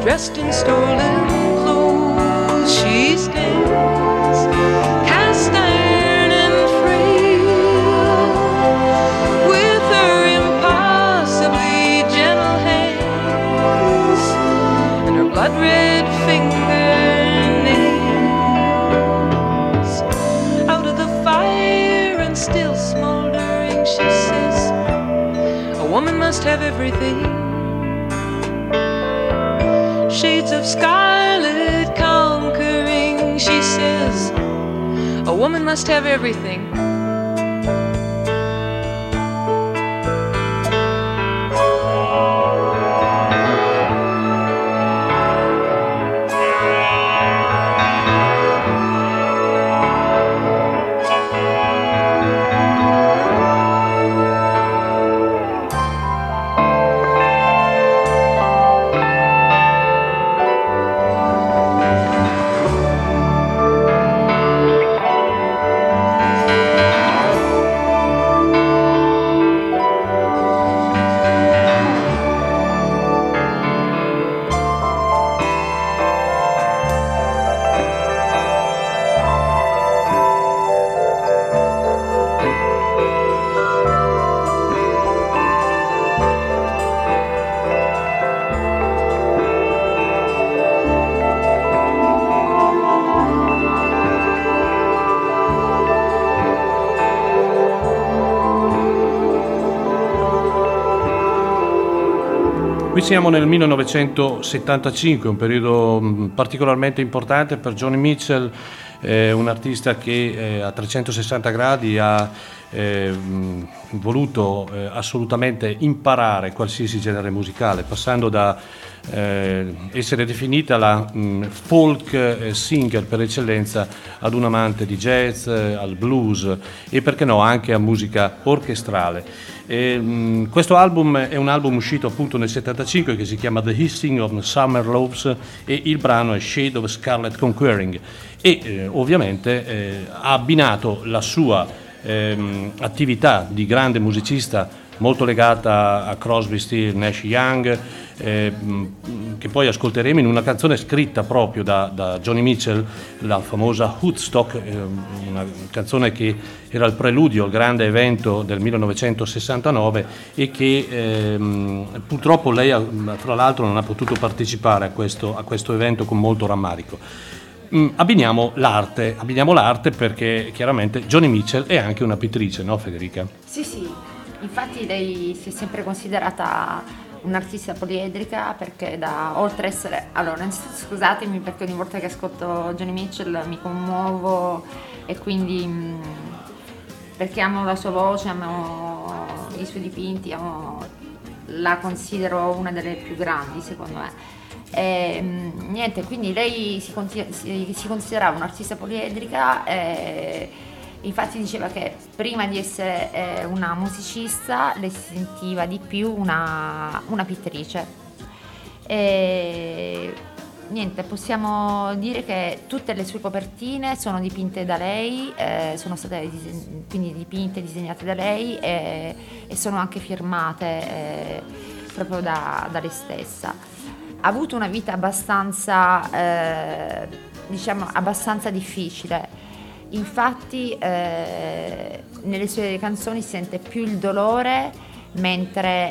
S4: dressed in stolen clothes, she stands, cast iron and frail, with her impossibly gentle hands and her blood-red fingernails. Out of the fire and still smoldering, she says, a woman must have everything. Shades of scarlet conquering, she says, a woman must have everything.
S2: Qui siamo nel 1975, un periodo particolarmente importante per Joni Mitchell, un artista che a 360 gradi ha voluto assolutamente imparare qualsiasi genere musicale, passando da essere definita la folk singer per eccellenza ad un amante di jazz, al blues e perché no anche a musica orchestrale. Questo album è un album uscito appunto nel 75 che si chiama The Hissing of Summer Loaves e il brano è Shade of Scarlet Conquering e ovviamente ha abbinato la sua attività di grande musicista molto legata a Crosby, Stills, Nash Young, che poi ascolteremo in una canzone scritta proprio da Joni Mitchell, la famosa Woodstock, una canzone che era il preludio al grande evento del 1969 e che purtroppo lei tra l'altro non ha potuto partecipare a questo evento con molto rammarico. Abbiniamo l'arte perché chiaramente Joni Mitchell è anche una pittrice, no Federica?
S3: Sì, infatti lei si è sempre considerata un'artista poliedrica perché oltre a essere, allora innanzitutto scusatemi perché ogni volta che ascolto Joni Mitchell mi commuovo e quindi perché amo la sua voce, amo i suoi dipinti, la considero una delle più grandi secondo me. Niente, quindi lei si considerava un'artista poliedrica, infatti diceva che prima di essere una musicista lei si sentiva di più una pittrice. Niente, possiamo dire che tutte le sue copertine sono dipinte da lei, sono state quindi dipinte e disegnate da lei e sono anche firmate proprio da lei stessa. Ha avuto una vita abbastanza difficile, infatti nelle sue canzoni si sente più il dolore, mentre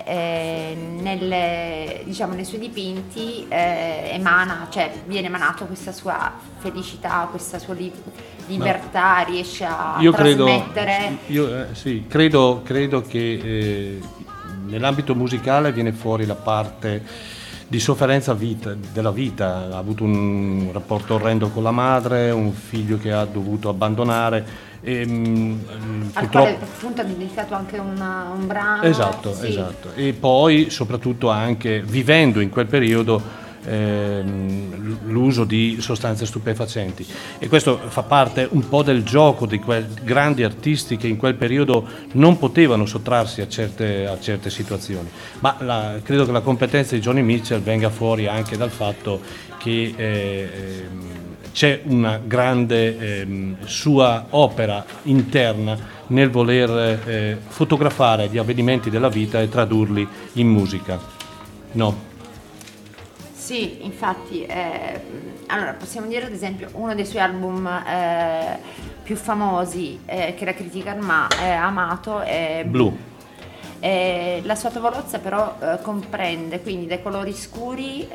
S3: nei suoi dipinti viene emanato questa sua felicità, questa sua libertà, riesce a trasmettere.
S2: Credo che nell'ambito musicale viene fuori la parte di sofferenza della vita. Ha avuto un rapporto orrendo con la madre, un figlio che ha dovuto abbandonare
S3: al quale appunto ha dedicato anche un brano.
S2: Esatto. E poi soprattutto anche vivendo in quel periodo l'uso di sostanze stupefacenti, e questo fa parte un po' del gioco di quei grandi artisti che in quel periodo non potevano sottrarsi a certe situazioni, ma credo che la competenza di Joni Mitchell venga fuori anche dal fatto che c'è una grande sua opera interna nel voler fotografare gli avvenimenti della vita e tradurli in musica, no?
S3: Sì, infatti, allora possiamo dire ad esempio uno dei suoi album più famosi che la critica ha amato è
S2: Blue.
S3: La sua tavolozza però comprende quindi dai colori scuri,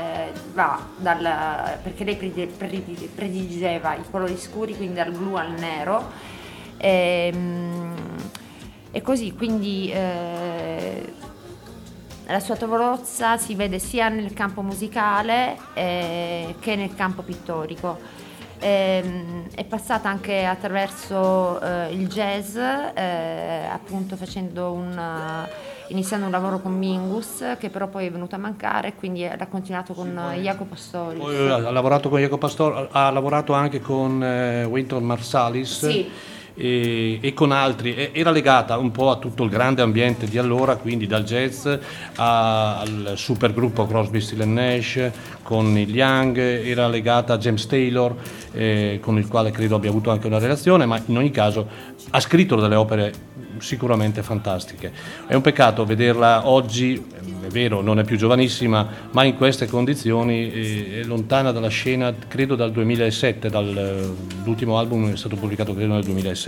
S3: perché lei prediligeva i colori scuri, quindi dal blu al nero, e così quindi la sua tavolozza si vede sia nel campo musicale che nel campo pittorico. È passata anche attraverso il jazz, appunto iniziando un lavoro con Mingus, che però poi è venuto a mancare, quindi ha continuato con Jaco Pastorius.
S2: Poi ha lavorato con Jaco Pastorius, ha lavorato anche con Wynton Marsalis.
S3: Sì.
S2: E con altri, era legata un po' a tutto il grande ambiente di allora, quindi dal jazz al supergruppo Crosby, Stills & Nash con Neil Young, era legata a James Taylor, con il quale credo abbia avuto anche una relazione, ma in ogni caso ha scritto delle opere sicuramente fantastiche. È un peccato vederla oggi, è vero, non è più giovanissima, ma in queste condizioni è lontana dalla scena, credo dal 2007, l'ultimo album è stato pubblicato credo nel 2007.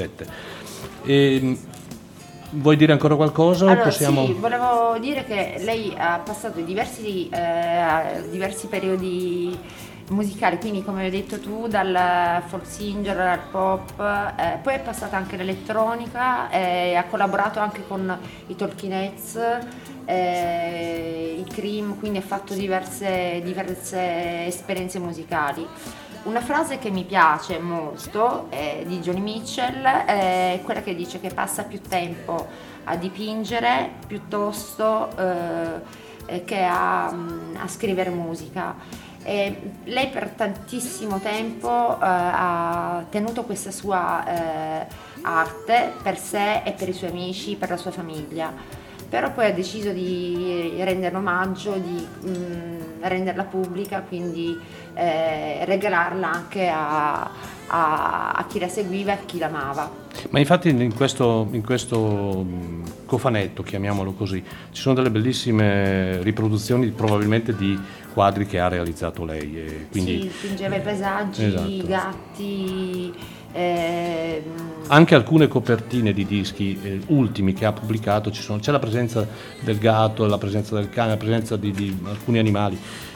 S2: Vuoi dire ancora qualcosa?
S3: Allora,
S2: Sì,
S3: volevo dire che lei ha passato diversi periodi musicali, quindi come hai detto tu, dal folk singer al pop, poi è passata anche all'elettronica, ha collaborato anche con i Talking Heads, i Cream, quindi ha fatto diverse esperienze musicali. Una frase che mi piace molto di Joni Mitchell è quella che dice che passa più tempo a dipingere piuttosto che a scrivere musica. Lei per tantissimo tempo ha tenuto questa sua arte per sé e per i suoi amici, per la sua famiglia, però poi ha deciso di rendere omaggio, di renderla pubblica, quindi regalarla anche a chi la seguiva e a chi l'amava.
S2: Ma infatti in questo cofanetto, chiamiamolo così, ci sono delle bellissime riproduzioni probabilmente di quadri che ha realizzato lei. Quindi,
S3: sì, dipingeva i paesaggi,
S2: esatto.
S3: I gatti.
S2: Anche alcune copertine di dischi ultimi che ha pubblicato c'è la presenza del gatto, la presenza del cane, la presenza di alcuni animali.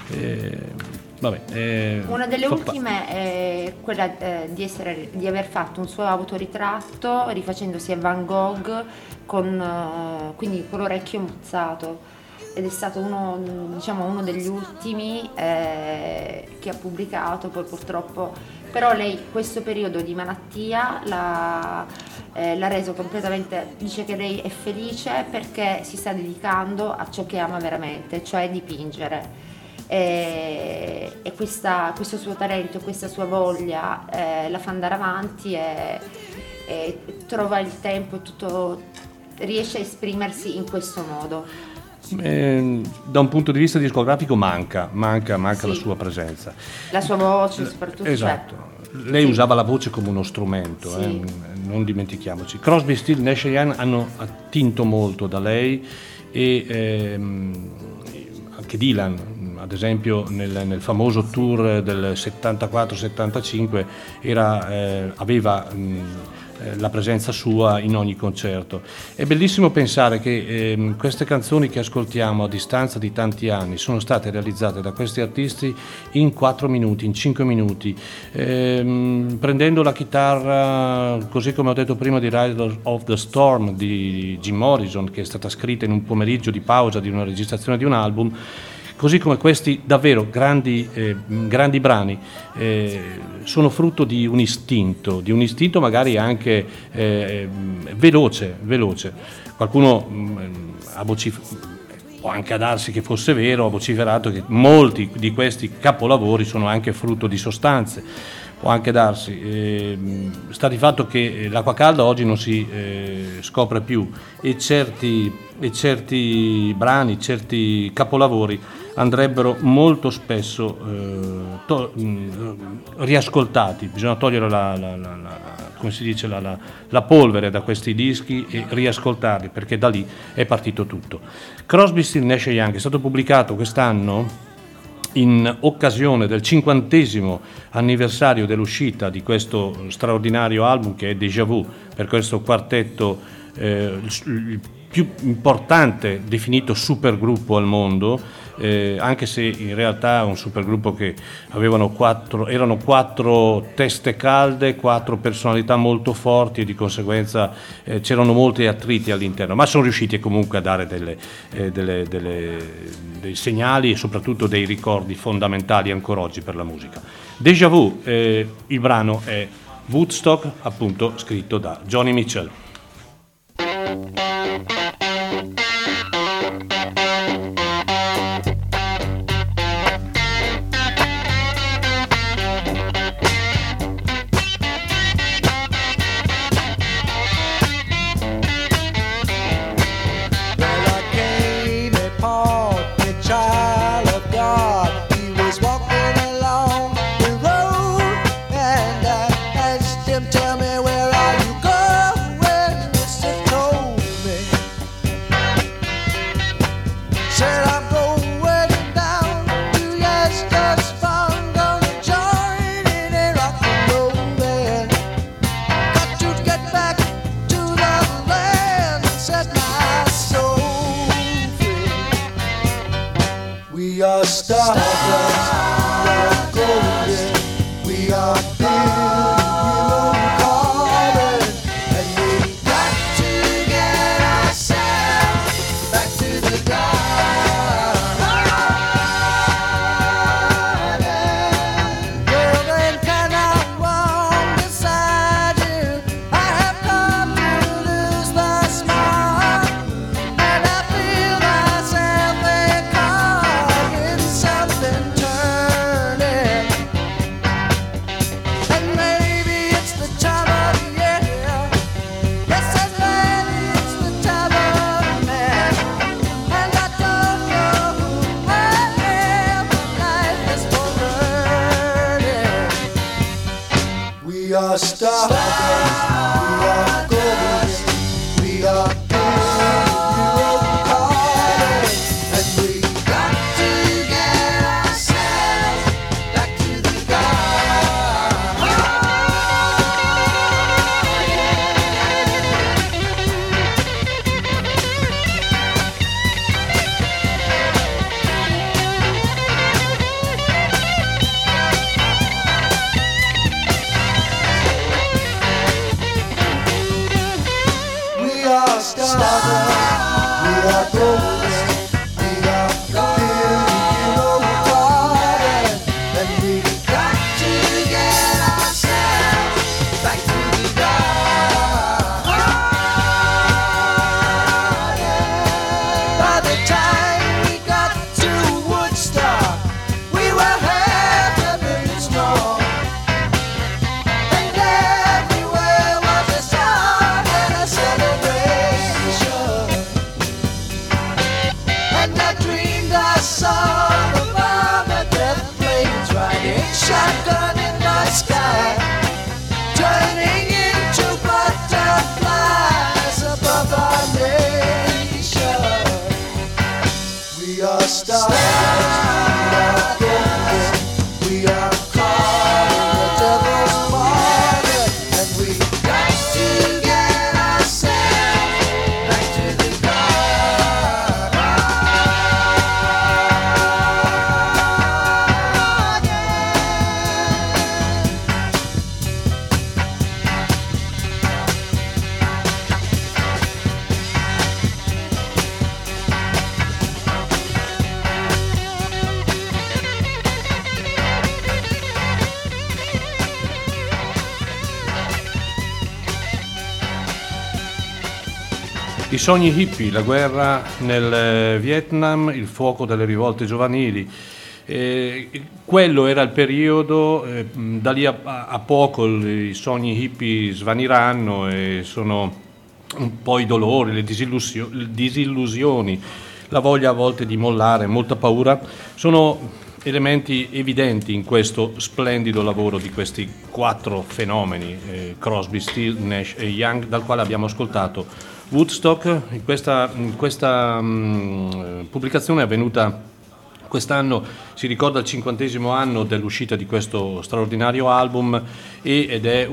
S3: Una delle ultime è quella di aver fatto un suo autoritratto rifacendosi a Van Gogh quindi con l'orecchio mozzato, ed è stato uno degli ultimi che ha pubblicato. Poi purtroppo però lei questo periodo di malattia l'ha reso completamente, dice che lei è felice perché si sta dedicando a ciò che ama veramente, cioè dipingere. E questo suo talento, questa sua voglia la fa andare avanti e trova il tempo e tutto, riesce a esprimersi in questo modo.
S2: Da un punto di vista discografico manca
S3: Sì.
S2: la sua presenza,
S3: la sua voce soprattutto.
S2: esatto.
S3: Cioè,
S2: Lei usava la voce come uno strumento,
S3: Sì.
S2: Non dimentichiamoci. Crosby, Stills, Nash & Young hanno attinto molto da lei, e anche Dylan, ad esempio nel famoso tour del 74-75 aveva la presenza sua in ogni concerto. È bellissimo pensare che queste canzoni che ascoltiamo a distanza di tanti anni sono state realizzate da questi artisti in 4 minuti, in 5 minuti, prendendo la chitarra, così come ho detto prima, di Riders of the Storm di Jim Morrison, che è stata scritta in un pomeriggio di pausa di una registrazione di un album. Così come questi davvero grandi brani sono frutto di un istinto magari anche veloce. Qualcuno può anche darsi che fosse vero, ha vociferato che molti di questi capolavori sono anche frutto di sostanze. Può anche darsi, sta di fatto che l'acqua calda oggi non si scopre più, e certi brani, certi capolavori andrebbero molto spesso riascoltati. Bisogna togliere come si dice, la polvere da questi dischi e riascoltarli, perché da lì è partito tutto. Crosby, Stills, Nash & Young è stato pubblicato quest'anno in occasione del 50° anniversario dell'uscita di questo straordinario album che è Déjà Vu, per questo quartetto il più importante definito supergruppo al mondo, anche se in realtà è un supergruppo che erano 4 teste calde, 4 personalità molto forti e di conseguenza c'erano molti attriti all'interno, ma sono riusciti comunque a dare dei segnali e soprattutto dei ricordi fondamentali ancora oggi per la musica. Déjà Vu, il brano è Woodstock, appunto scritto da Joni Mitchell. I sogni hippie, la guerra nel Vietnam, il fuoco delle rivolte giovanili. Quello era il periodo, da lì a poco i sogni hippie svaniranno e sono un po' i dolori, le disillusioni, la voglia a volte di mollare, molta paura, sono elementi evidenti in questo splendido lavoro di questi 4 fenomeni, Crosby, Stills, Nash e Young, dal quale abbiamo ascoltato Woodstock. Questa pubblicazione è avvenuta Quest'anno si ricorda il 50° anno dell'uscita di questo straordinario album ed è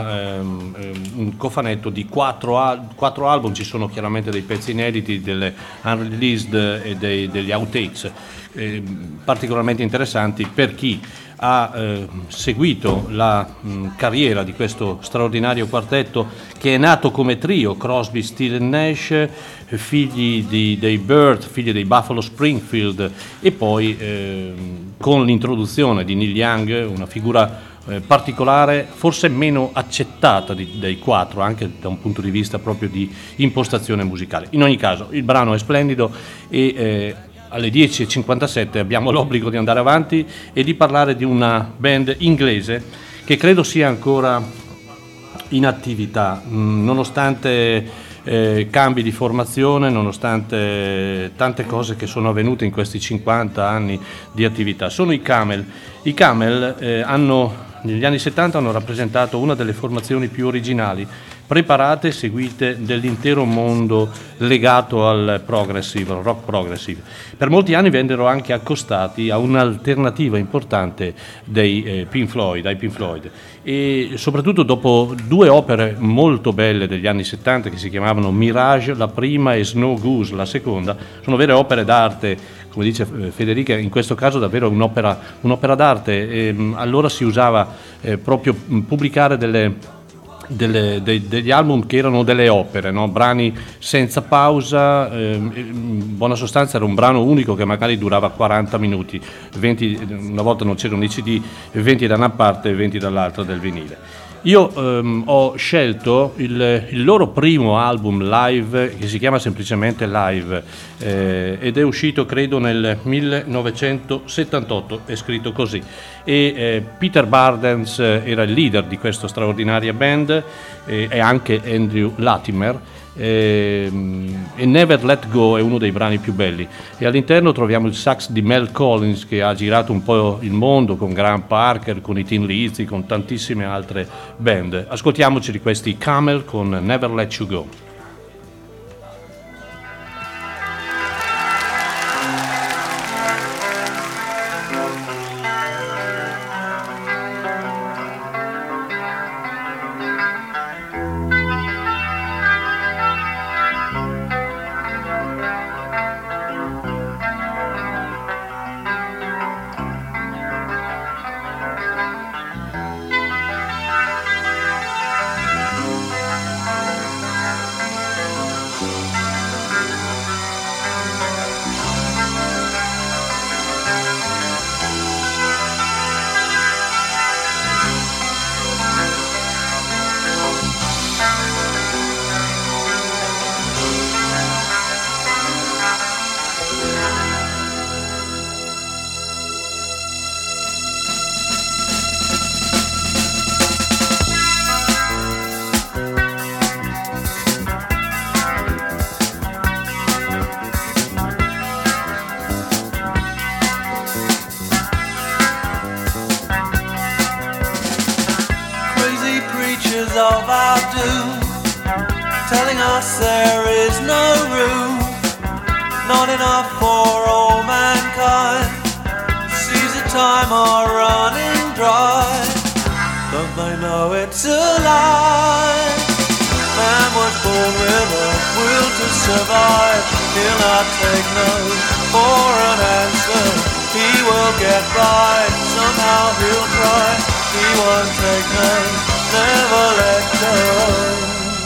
S2: un cofanetto di 4 album. Ci sono chiaramente dei pezzi inediti, delle unreleased e degli outtakes particolarmente interessanti per chi ha seguito la carriera di questo straordinario quartetto che è nato come trio, Crosby, Stills & Nash, figli dei Byrd, figli dei Buffalo Springfield, e poi con l'introduzione di Neil Young, una figura particolare, forse meno accettata dei 4, anche da un punto di vista proprio di impostazione musicale. In ogni caso il brano è splendido e alle 10:57 abbiamo l'obbligo di andare avanti e di parlare di una band inglese che credo sia ancora in attività, nonostante cambi di formazione, nonostante tante cose che sono avvenute in questi 50 anni di attività. Sono i Camel. I Camel negli anni 70 hanno rappresentato una delle formazioni più originali, preparate e seguite dell'intero mondo legato al progressive, al rock progressive. Per molti anni vennero anche accostati a un'alternativa importante dei Pink Floyd, e soprattutto dopo 2 opere molto belle degli anni 70 che si chiamavano Mirage la prima e Snow Goose la seconda. Sono vere opere d'arte, come dice Federica, in questo caso davvero un'opera d'arte. Allora si usava proprio pubblicare degli album che erano delle opere, no? Brani senza pausa, in buona sostanza era un brano unico che magari durava 40 minuti, 20, una volta non c'erano i CD, 20 da una parte e 20 dall'altra del vinile. Io ho scelto il loro primo album live, che si chiama semplicemente Live, ed è uscito credo nel 1978, è scritto così, e Peter Bardens era il leader di questa straordinaria band, e anche Andrew Latimer, e Never Let Go è uno dei brani più belli, e all'interno troviamo il sax di Mel Collins, che ha girato un po' il mondo con Graham Parker, con i Tin Lizzy, con tantissime altre band. Ascoltiamoci di questi Camel con Never Let You Go.
S5: Of our doom, telling us there is no room, not enough for all mankind. Seas of time are running dry, don't they know it's a lie? Man was born with a will to survive, he'll not take no for an answer. He will get by, somehow he'll try, he won't take no, never let go.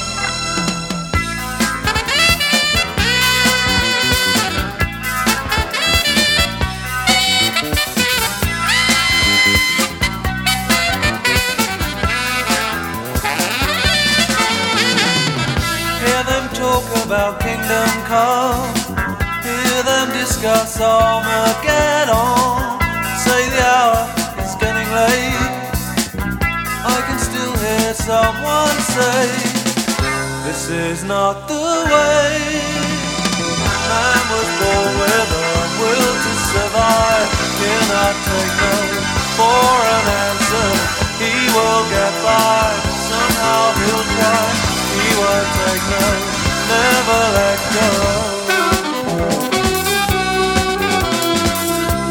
S5: Hear them talk about kingdom come, hear them discuss Armageddon, say the hour is getting late. I can still hear someone say, this is not the way. Man was born with a will to survive, cannot take no for an answer. He will get by, somehow he'll try, he won't take no, never let go.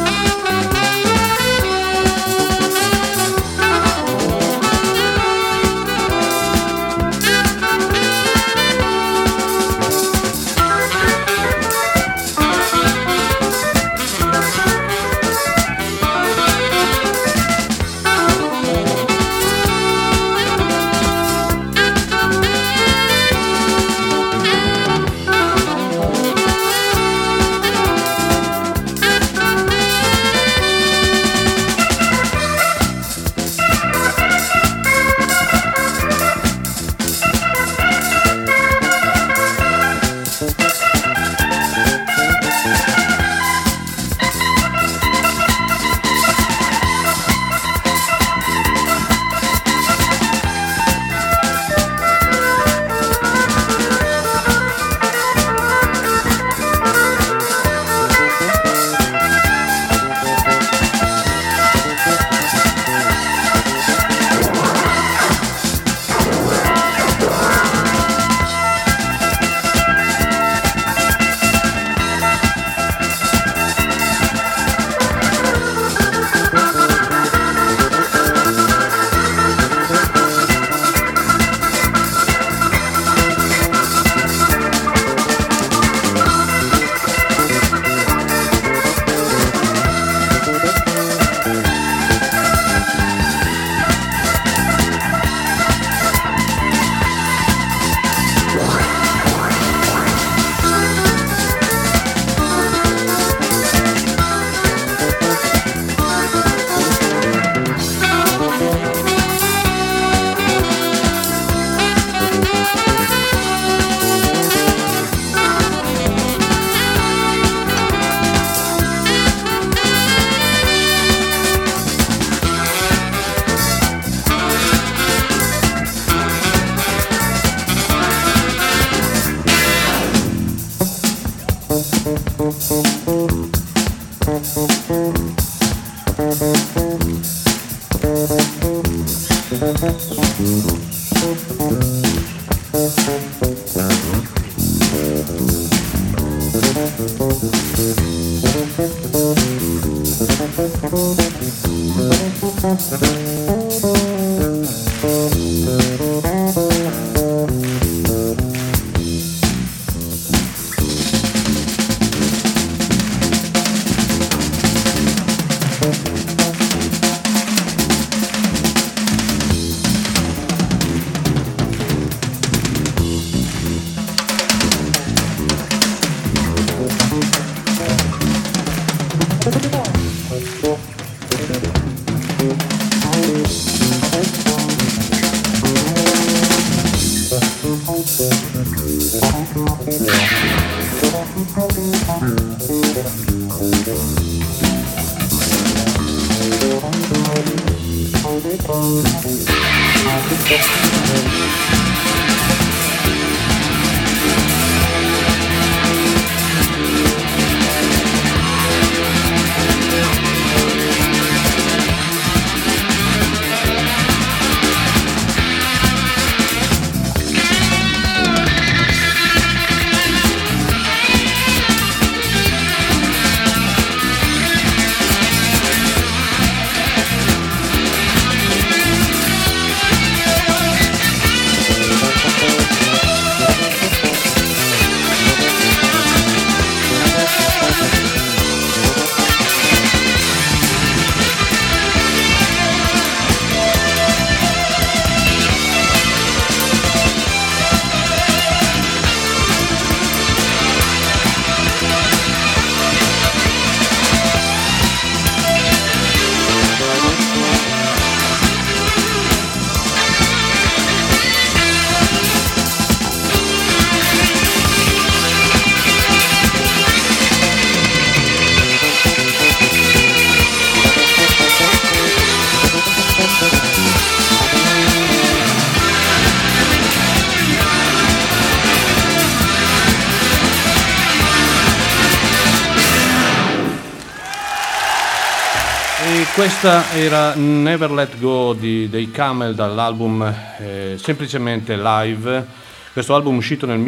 S2: Questa era Never Let Go dei Camel dall'album semplicemente Live. Questo album uscito nel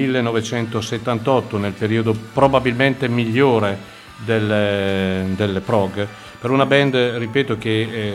S2: 1978, nel periodo probabilmente migliore delle prog, per una band, ripeto, che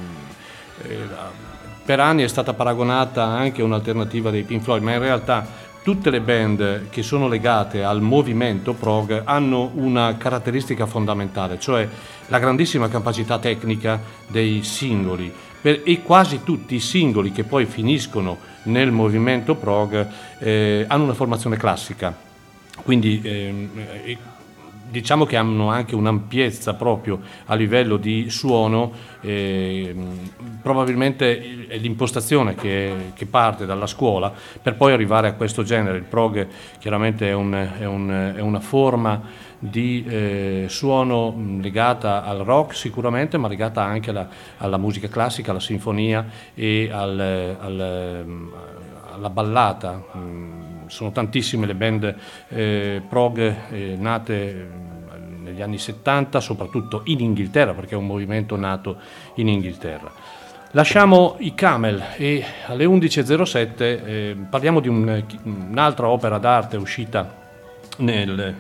S2: per anni è stata paragonata anche a un'alternativa dei Pink Floyd, ma in realtà tutte le band che sono legate al movimento prog hanno una caratteristica fondamentale, cioè la grandissima capacità tecnica dei singoli, e quasi tutti i singoli che poi finiscono nel movimento prog hanno una formazione classica, quindi diciamo che hanno anche un'ampiezza proprio a livello di suono, probabilmente è l'impostazione che parte dalla scuola per poi arrivare a questo genere. Il prog chiaramente è una forma di suono legata al rock sicuramente, ma legata anche alla musica classica, alla sinfonia e alla ballata. Sono tantissime le band prog nate negli anni 70, soprattutto in Inghilterra, perché è un movimento nato in Inghilterra. Lasciamo i Camel e alle 11.07 parliamo di un'altra opera d'arte uscita nel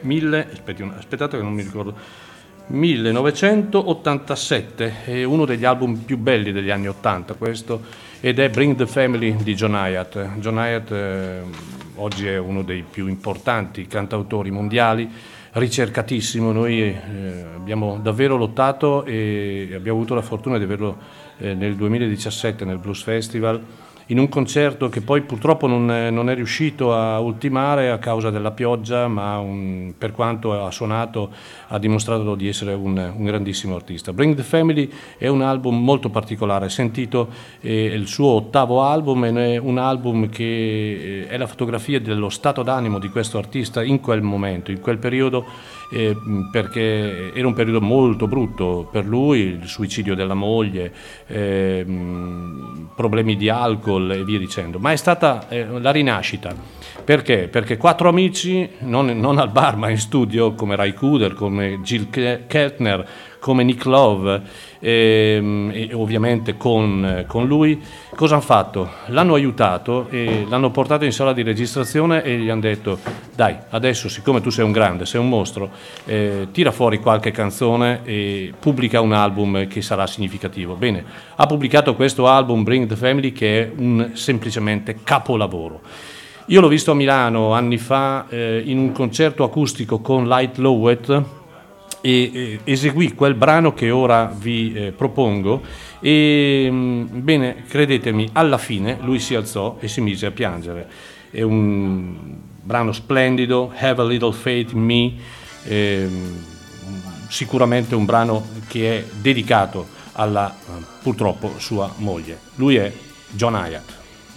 S2: 1987, è uno degli album più belli degli anni 80 questo, ed è Bring the Family di John Hiatt. John Hiatt oggi è uno dei più importanti cantautori mondiali, ricercatissimo. Noi abbiamo davvero lottato e abbiamo avuto la fortuna di averlo nel 2017 nel Blues Festival, in un concerto che poi purtroppo non è riuscito a ultimare a causa della pioggia, ma per quanto ha suonato ha dimostrato di essere un grandissimo artista. Bring the Family è un album molto particolare, sentito il suo 8º album, è un album che è la fotografia dello stato d'animo di questo artista in quel momento, in quel periodo, perché era un periodo molto brutto per lui, il suicidio della moglie, problemi di alcol e via dicendo, ma è stata la rinascita. Perché? Perché 4 amici, non al bar ma in studio, come Ray Cooder, come Jill Keltner, come Nick Love e ovviamente con lui, cosa hanno fatto? L'hanno aiutato e l'hanno portato in sala di registrazione e gli hanno detto: dai, adesso siccome tu sei un grande, sei un mostro, tira fuori qualche canzone e pubblica un album che sarà significativo. Bene, ha pubblicato questo album Bring the Family, che è un semplicemente capolavoro. Io l'ho visto a Milano anni fa in un concerto acustico con Light Lowett e eseguì quel brano che ora vi propongo e bene, credetemi, alla fine lui si alzò e si mise a piangere. È un brano splendido, Have a Little Faith in Me, sicuramente un brano che è dedicato alla purtroppo sua moglie. Lui è John Hiatt.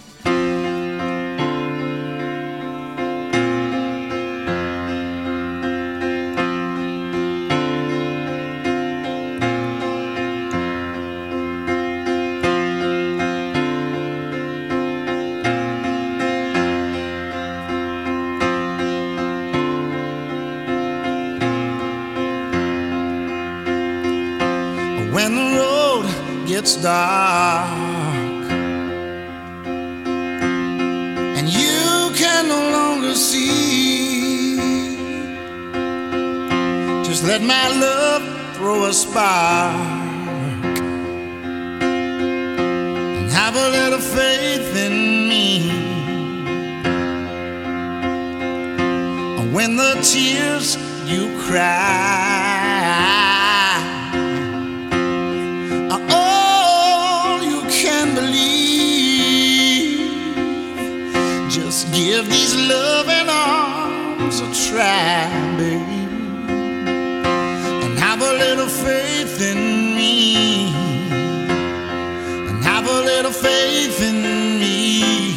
S6: When the road gets dark and you can no longer see, just let my love throw a spark and have a little faith in me. When the tears you cry give these loving arms a try, baby, and have a little faith in me, and have a little faith in me,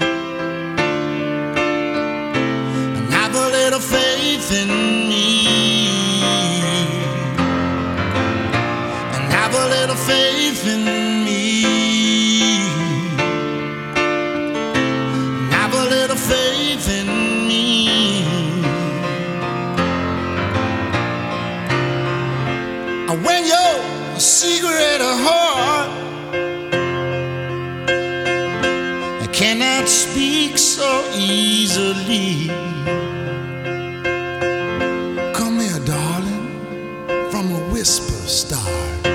S6: and have a little faith in me, and have a little faith in me. Faith in me. When your secret heart cannot speak so easily, come here, darling, from a whisper start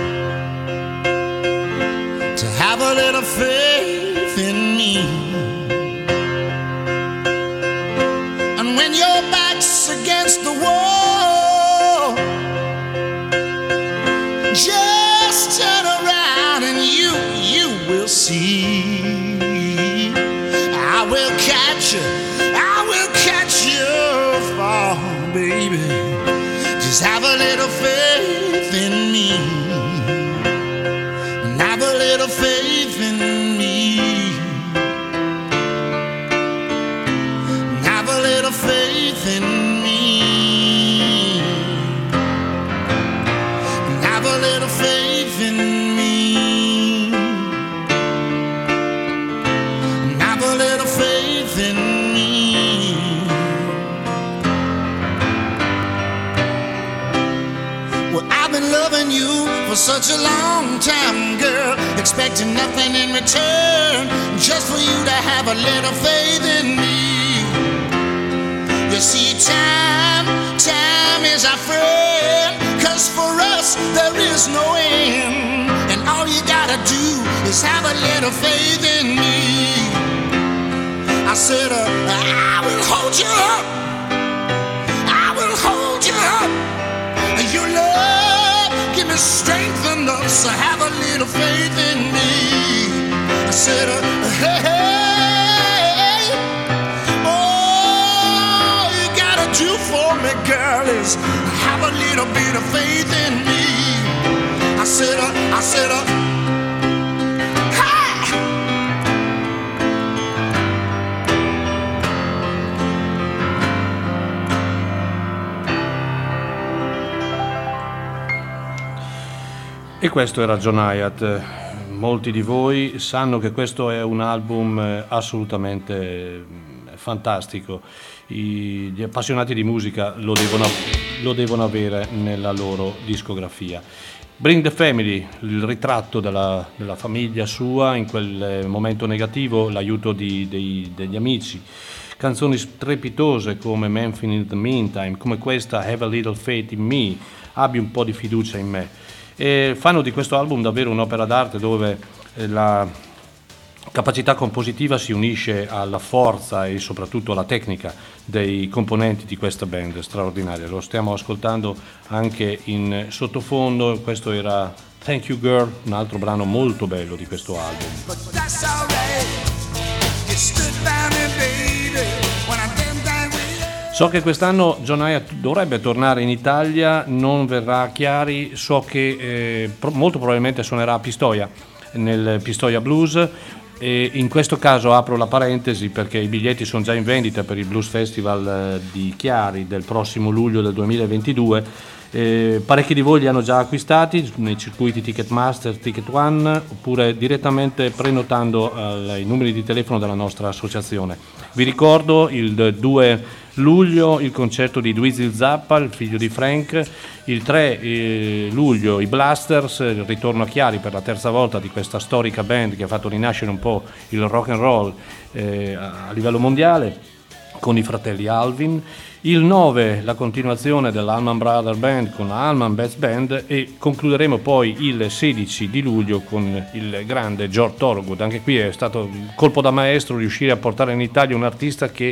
S6: to have a little faith in me. When your back's against the wall, just turn around and you will see. I will catch you fall, baby. Just have a little faith in me, and have a little faith in me. Faith in me, and have a little faith in me, and have a little faith in me. Well, I've been loving you for such a long time, girl, expecting nothing in return, just for you to have a little faith in me. You see, time is our friend, 'cause for us there is no end, and all you gotta do is have a little faith in me. I said, I will hold you up, I will hold you up, your love give me strength enough, so have a little faith in me. I said, hey, hey. Do for me, girl, is have a little bit of faith in me. I said, hey!
S2: E questo era John Hiatt. Molti di voi sanno che questo è un album assolutamente fantastico. Gli appassionati di musica lo devono avere nella loro discografia. Bring the Family, il ritratto della famiglia sua in quel momento negativo, l'aiuto degli amici. Canzoni strepitose come Man in the Meantime, come questa Have a Little Faith in Me, abbi un po' di fiducia in me. E fanno di questo album davvero un'opera d'arte dove la capacità compositiva si unisce alla forza e soprattutto alla tecnica dei componenti di questa band straordinaria. Lo stiamo ascoltando anche in sottofondo, questo era Thank You Girl, un altro brano molto bello di questo album. So che quest'anno John Hiatt dovrebbe tornare in Italia, non verrà a Chiari, so che molto probabilmente suonerà a Pistoia, nel Pistoia Blues, e in questo caso apro la parentesi perché i biglietti sono già in vendita per il Blues Festival di Chiari del prossimo luglio del 2022. Parecchi di voi li hanno già acquistati nei circuiti Ticketmaster, Ticket One, oppure direttamente prenotando ai numeri di telefono della nostra associazione. Vi ricordo il 2 luglio il concerto di Dweezil Zappa, il figlio di Frank, il 3 luglio i Blasters, il ritorno a Chiari per la terza volta di questa storica band che ha fatto rinascere un po' il rock and roll a livello mondiale con i fratelli Alvin. Il 9 la continuazione dell'Allman Brothers Band con la Allman Bass Band, e concluderemo poi il 16 di luglio con il grande George Thorogood. Anche qui è stato un colpo da maestro riuscire a portare in Italia un artista che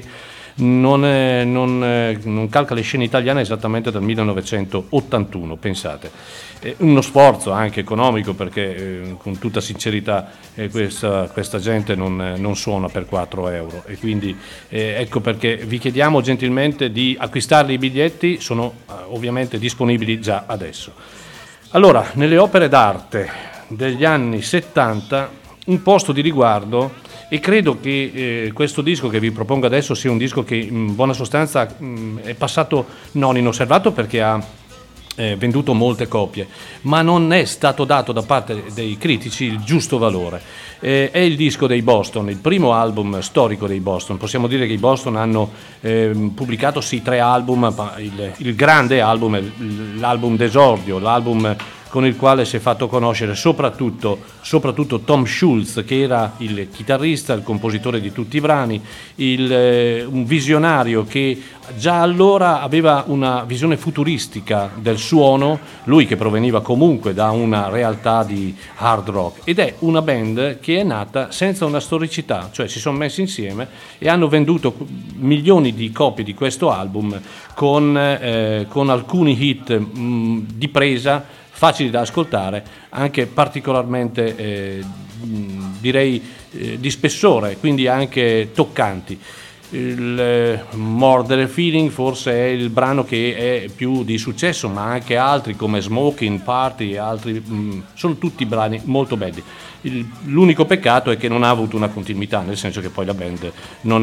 S2: non calca le scene italiane esattamente dal 1981, pensate. Uno sforzo anche economico perché con tutta sincerità questa gente non suona per 4 euro, e quindi ecco perché vi chiediamo gentilmente di acquistare i biglietti, sono ovviamente disponibili già adesso. Allora, nelle opere d'arte degli anni 70 un posto di riguardo, e credo che questo disco che vi propongo adesso sia un disco che in buona sostanza è passato non inosservato perché ha venduto molte copie, ma non è stato dato da parte dei critici il giusto valore. È il disco dei Boston, il primo album storico dei Boston. Possiamo dire che i Boston hanno pubblicato sì 3 album, ma il grande album è l'album d'esordio, l'album con il quale si è fatto conoscere soprattutto Tom Schultz, che era il chitarrista, il compositore di tutti i brani, un visionario che già allora aveva una visione futuristica del suono, lui che proveniva comunque da una realtà di hard rock, ed è una band che è nata senza una storicità, cioè si sono messi insieme e hanno venduto milioni di copie di questo album con alcuni hit di presa, facili da ascoltare, anche particolarmente direi di spessore, quindi anche toccanti. Il More Than a Feeling forse è il brano che è più di successo, ma anche altri come Smoking Party e altri sono tutti brani molto belli. L'unico peccato è che non ha avuto una continuità, nel senso che poi la band non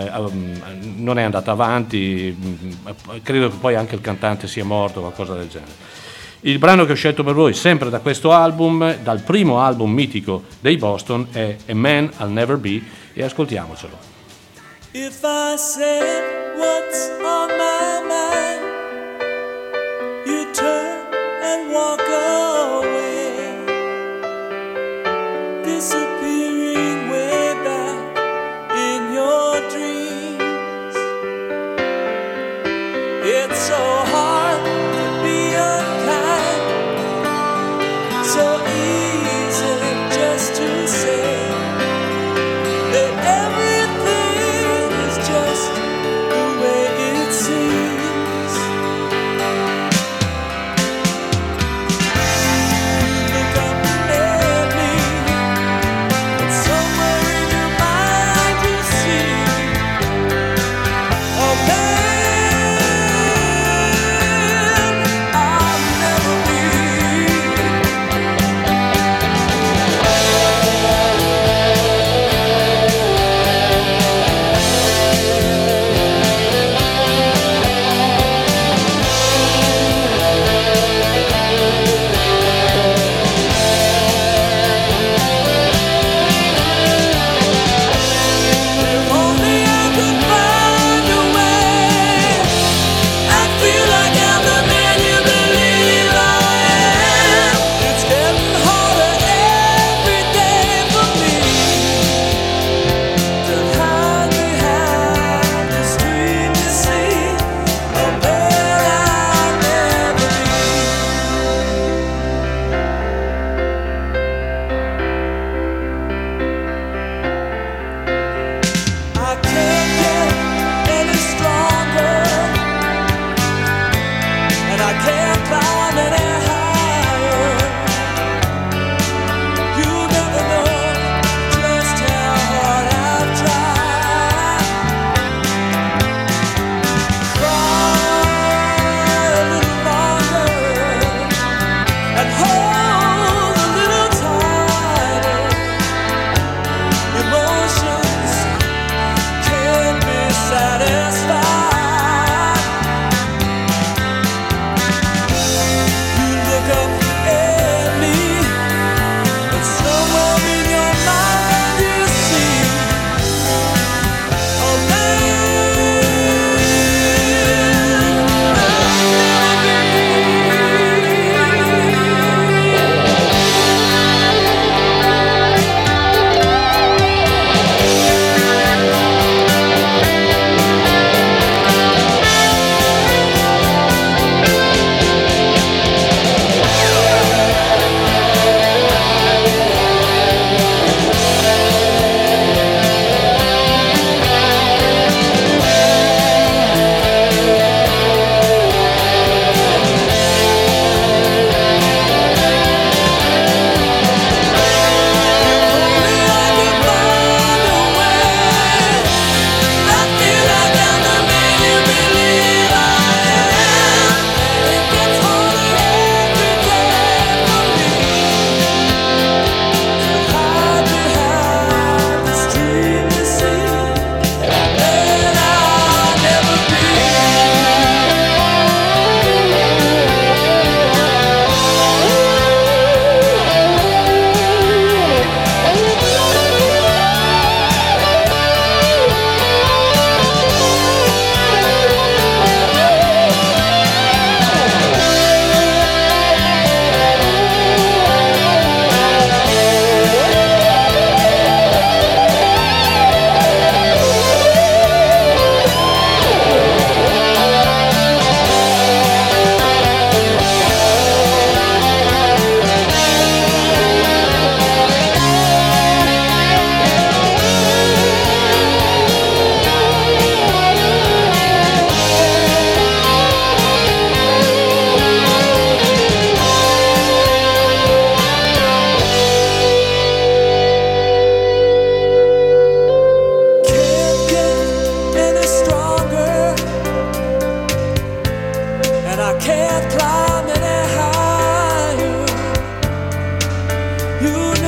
S2: è andata avanti, credo che poi anche il cantante sia morto o qualcosa del genere. Il brano che ho scelto per voi, sempre da questo album, dal primo album mitico dei Boston, è A Man I'll Never Be, e ascoltiamocelo.
S5: If I said what's on my mind, you turn and walk away, disappearing way back in your dreams. It's so hard to be unkind, so easy just to say that everything is just the way it seems. You look up at me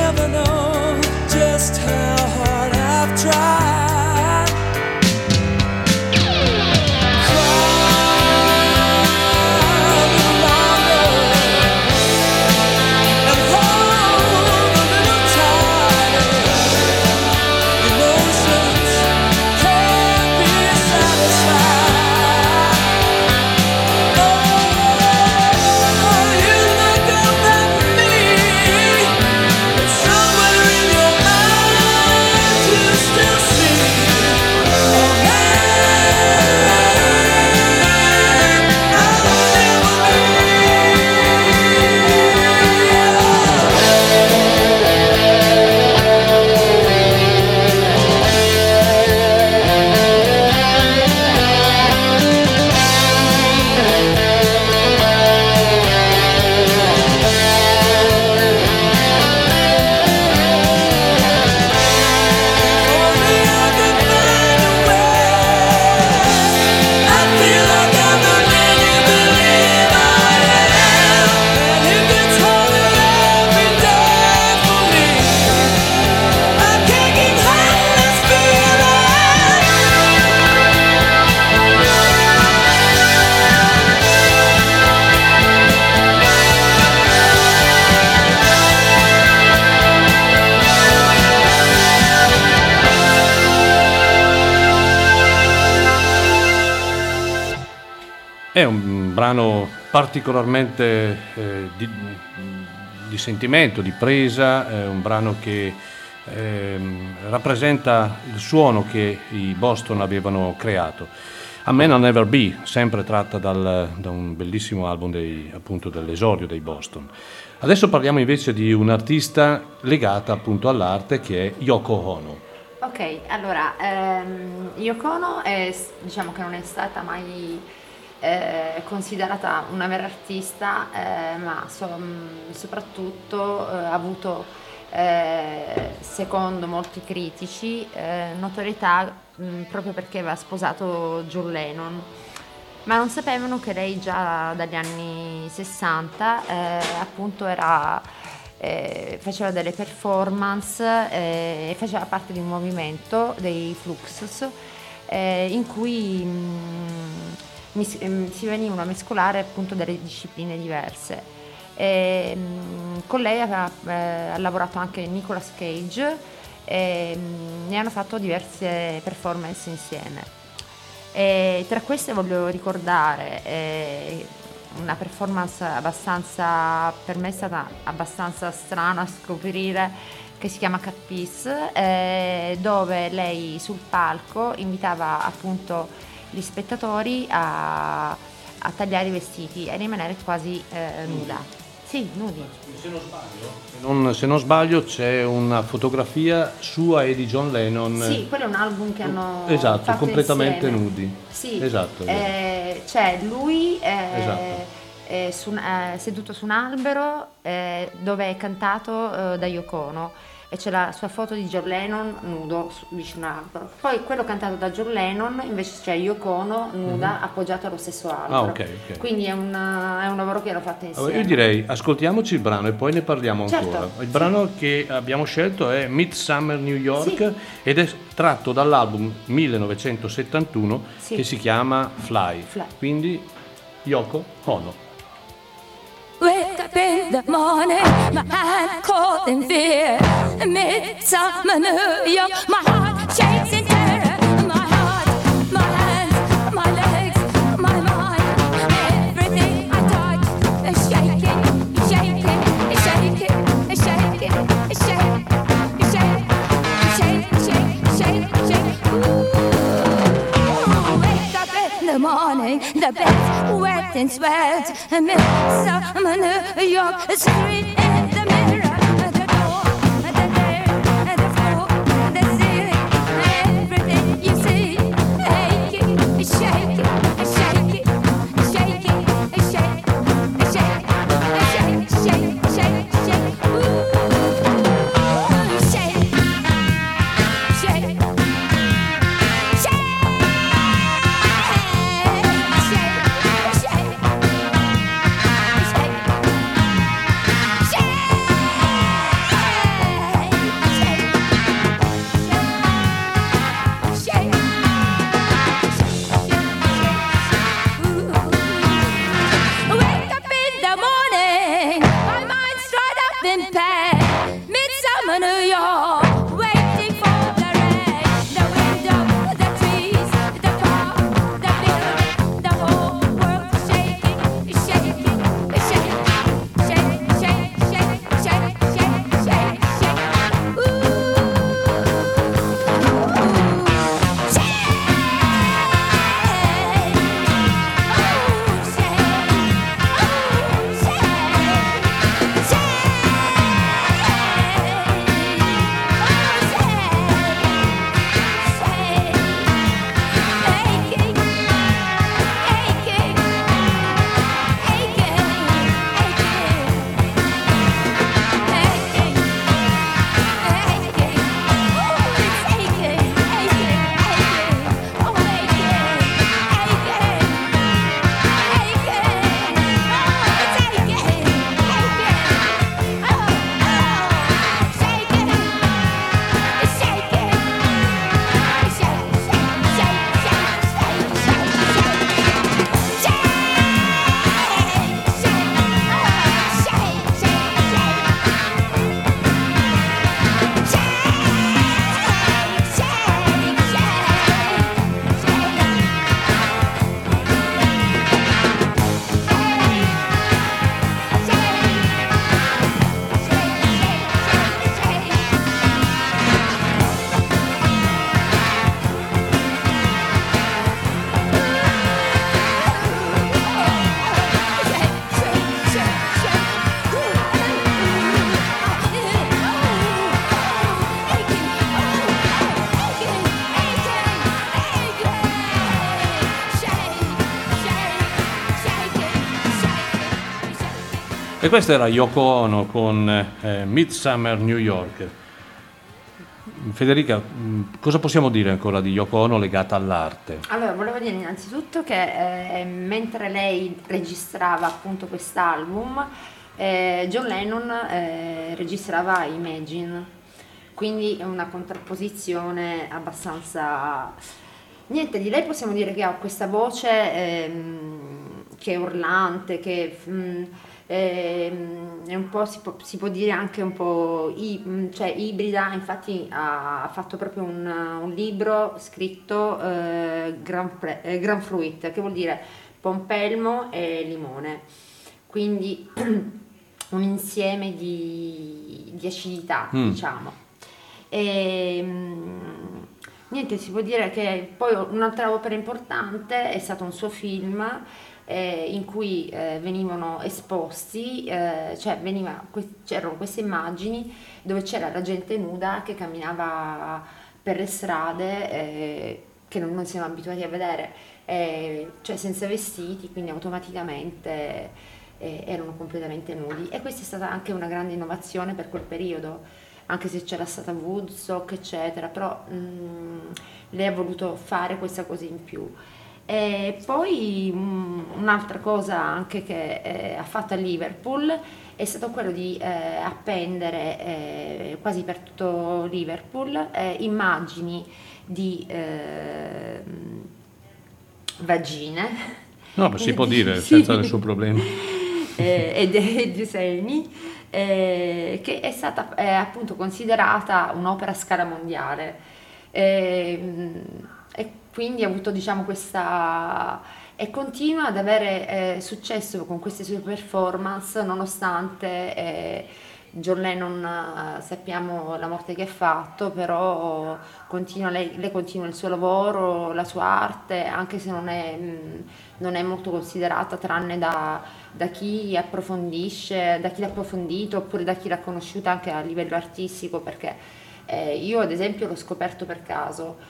S5: never know just how hard I've tried.
S2: È un brano particolarmente di sentimento, di presa, è un brano che rappresenta il suono che i Boston avevano creato. A Man I'll Never Be, sempre tratta da un bellissimo album appunto dell'esordio dei Boston. Adesso parliamo invece di un'artista legata appunto all'arte che è Yoko Ono.
S3: Ok, allora, Yoko Ono diciamo che non è stata mai considerata una vera artista, ma soprattutto ha avuto, secondo molti critici, notorietà proprio perché aveva sposato John Lennon, ma non sapevano che lei già dagli anni 60 appunto faceva delle performance e faceva parte di un movimento dei Fluxus in cui si venivano a mescolare appunto delle discipline diverse. Con lei ha lavorato anche Nicolas Cage e ne hanno fatto diverse performance insieme. Tra queste voglio ricordare una performance per me è stata abbastanza strana a scoprire, che si chiama Cat Piece, dove lei sul palco invitava appunto gli spettatori a tagliare i vestiti e rimanere quasi nuda. Sì, nudi.
S2: Se non sbaglio c'è una fotografia sua e di John Lennon.
S3: Sì, quello è un album che hanno
S2: esatto,
S3: fatto
S2: completamente
S3: insieme.
S2: nudi.
S3: Sì,
S2: esatto.
S3: C'è lui
S2: esatto.
S3: Seduto su un albero dove è cantato da Yoko Ono, e c'è la sua foto di John Lennon nudo vicino all'albero. Poi quello cantato da John Lennon invece c'è Yoko Ono nuda appoggiata allo stesso albero.
S2: Okay.
S3: Quindi è un lavoro che hanno fatto insieme.
S2: Io direi ascoltiamoci il brano e poi ne parliamo ancora.
S3: Certo,
S2: il brano che abbiamo scelto è Midsummer New York, ed è tratto dall'album 1971 che si chiama Fly. Quindi Yoko Ono.
S7: Wake up in the morning, my hand cold in fear. Midsummer New York, my heart shakes in terror. My heart, my hands, my legs, my mind, everything I touch is shaking, shaking, shaking, shaking, shaking, shaking, shaking, shaking. Ooh, wake up in the morning, the bed's wet and sweat. Midsummer New York, street in the mirror, the door, the dirt, the floor, the ceiling, everything you see, shaking, shaking, shaking, shaking, shaking, shaking, shake, shake, shake, ooh, shake, shake, shake. Shake. New York, waiting for the rain. The window, the trees, the car, the building, the whole world shaking, shaking, shaking, shake, shake, shake, shake, shake, shake, shake. Ooh, shake, oh, shake, oh, shake, shake.
S2: E questa era Yoko Ono con Midsummer New York. Federica, cosa possiamo dire ancora di Yoko Ono legata all'arte?
S3: Allora, volevo dire innanzitutto che mentre lei registrava appunto quest'album, John Lennon registrava Imagine, quindi è una contrapposizione abbastanza... Niente, di lei possiamo dire che ha questa voce che è urlante, che è un po', si può dire anche un po' cioè ibrida. Infatti ha fatto proprio un libro scritto Grapefruit, che vuol dire pompelmo e limone, quindi un insieme di acidità, diciamo. Niente, si può dire che poi un'altra opera importante è stato un suo film in cui venivano esposti, c'erano queste immagini dove c'era la gente nuda che camminava per le strade, che non siamo abituati a vedere, cioè senza vestiti, quindi automaticamente erano completamente nudi. E questa è stata anche una grande innovazione per quel periodo, anche se c'era stata Woodstock eccetera, però lei ha voluto fare questa cosa in più. E poi un'altra cosa anche che ha fatto a Liverpool è stato quello di appendere quasi per tutto Liverpool immagini di vagine.
S2: No, ma si può dire senza nessun problema.
S3: E dei seni, che è stata appunto considerata un'opera a scala mondiale, e quindi ha avuto, diciamo, questa, e continua ad avere successo con queste sue performance nonostante John Lennon, sappiamo la morte che ha fatto, però lei continua il suo lavoro, la sua arte, anche se non è molto considerata, tranne da chi approfondisce, da chi l'ha approfondito, oppure da chi l'ha conosciuta anche a livello artistico, perché io ad esempio l'ho scoperto per caso,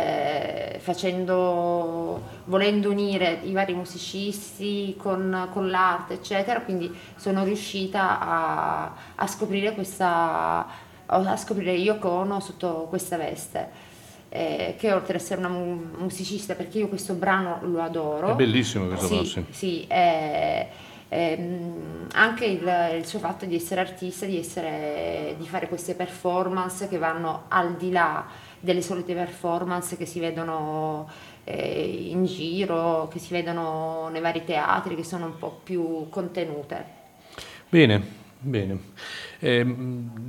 S3: volendo unire i vari musicisti con l'arte eccetera, quindi sono riuscita a scoprire Yoko Ono sotto questa veste, che oltre ad essere una musicista, perché io questo brano lo adoro,
S2: è bellissimo questo brano,
S3: sì, anche il suo fatto di essere artista, di fare queste performance che vanno al di là delle solite performance che si vedono in giro, che si vedono nei vari teatri, che sono un po' più contenute.
S2: Bene.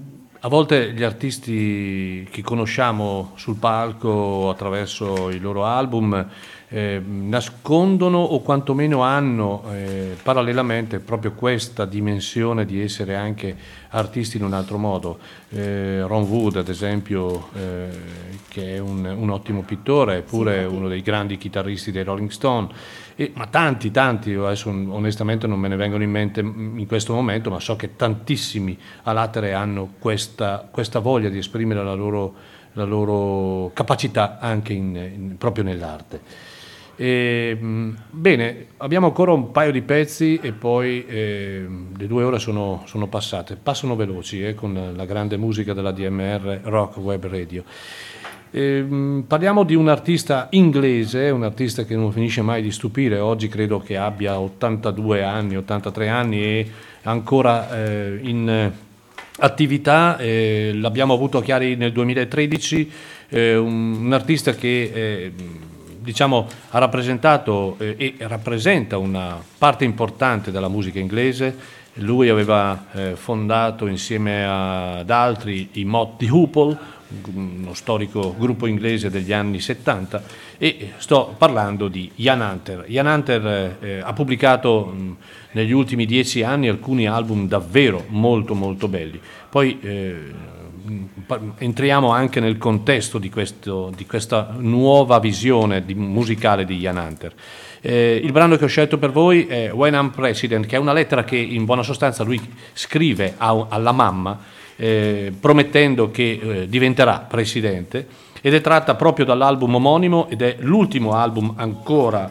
S2: A volte gli artisti che conosciamo sul palco attraverso i loro album nascondono o quantomeno hanno parallelamente proprio questa dimensione di essere anche artisti in un altro modo. Ron Wood, ad esempio, che è un ottimo pittore, è pure uno dei grandi chitarristi dei Rolling Stone, ma tanti, adesso onestamente non me ne vengono in mente in questo momento, ma so che tantissimi a latere hanno questa voglia di esprimere la loro capacità anche proprio nell'arte. Bene, abbiamo ancora un paio di pezzi e poi le 2 ore sono passate, passano veloci con la grande musica della DMR Rock Web Radio. Parliamo di un artista inglese, un artista che non finisce mai di stupire. Oggi credo che abbia 82 anni, 83 anni e ancora in attività. L'abbiamo avuto a Chiari nel 2013, un artista che diciamo ha rappresentato e rappresenta una parte importante della musica inglese. Lui aveva fondato insieme ad altri i Motley Hoople, uno storico gruppo inglese degli anni 70, e sto parlando di Ian Hunter. Ian Hunter ha pubblicato negli ultimi 10 anni alcuni album davvero molto molto belli. Poi entriamo anche nel contesto di questa nuova visione musicale di Ian Hunter. Il brano che ho scelto per voi è When I'm President, che è una lettera che in buona sostanza lui scrive alla mamma promettendo che diventerà presidente, ed è tratta proprio dall'album omonimo ed è l'ultimo album ancora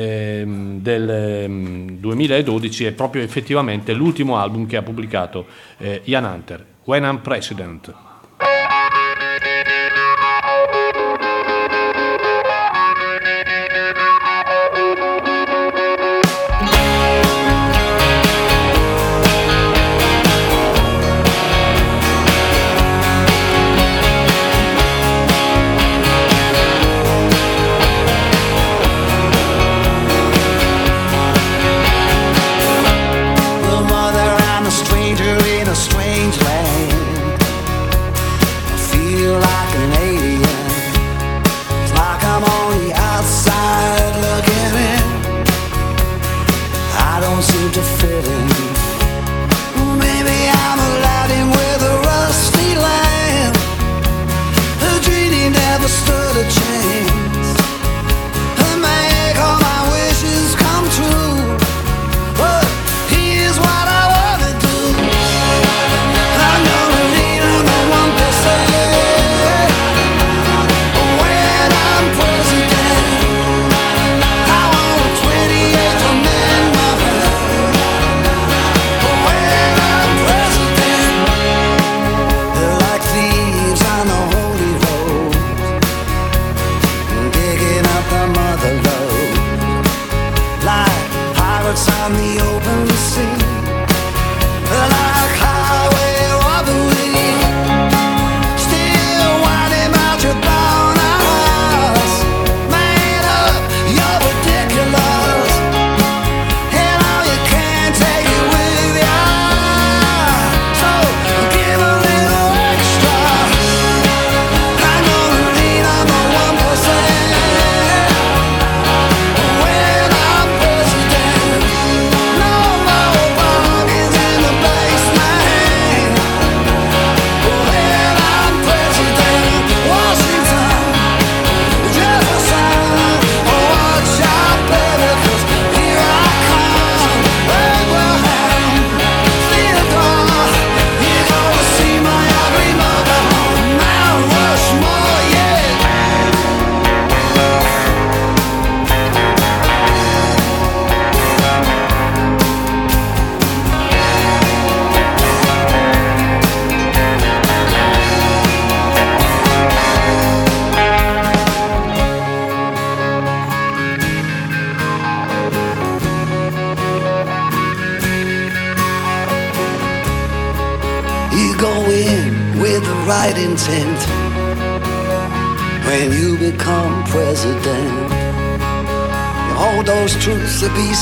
S2: del 2012, è proprio effettivamente l'ultimo album che ha pubblicato Ian Hunter, When I'm President.
S8: right intent when you become president. You hold those truths to be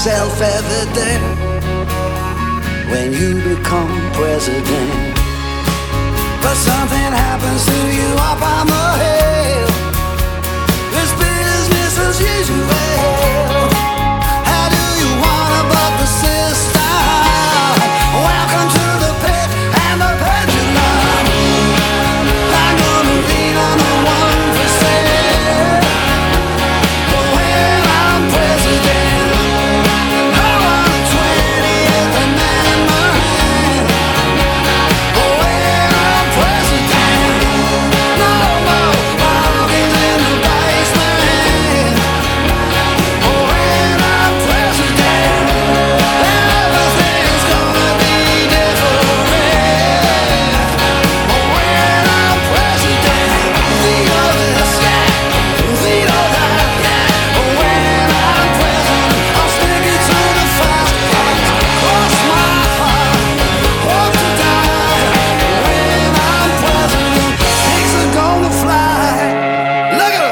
S8: self-evident when you become president. but something happens to you up on the hill. It's business as usual. How do you wanna buck the system? Welcome to the pit and the pendulum. I'm gonna lean on the 1%. But when I'm president, I want a 20th Amendment. But when I'm president, no more parties in the basement. But when I'm president, everything's gonna be different. But when I'm president, veto this guy, veto that guy. But when I'm president, I'll stick it to the fast track. Cross my heart, hope to die. When I'm president, things are gonna fly. Look at 'em.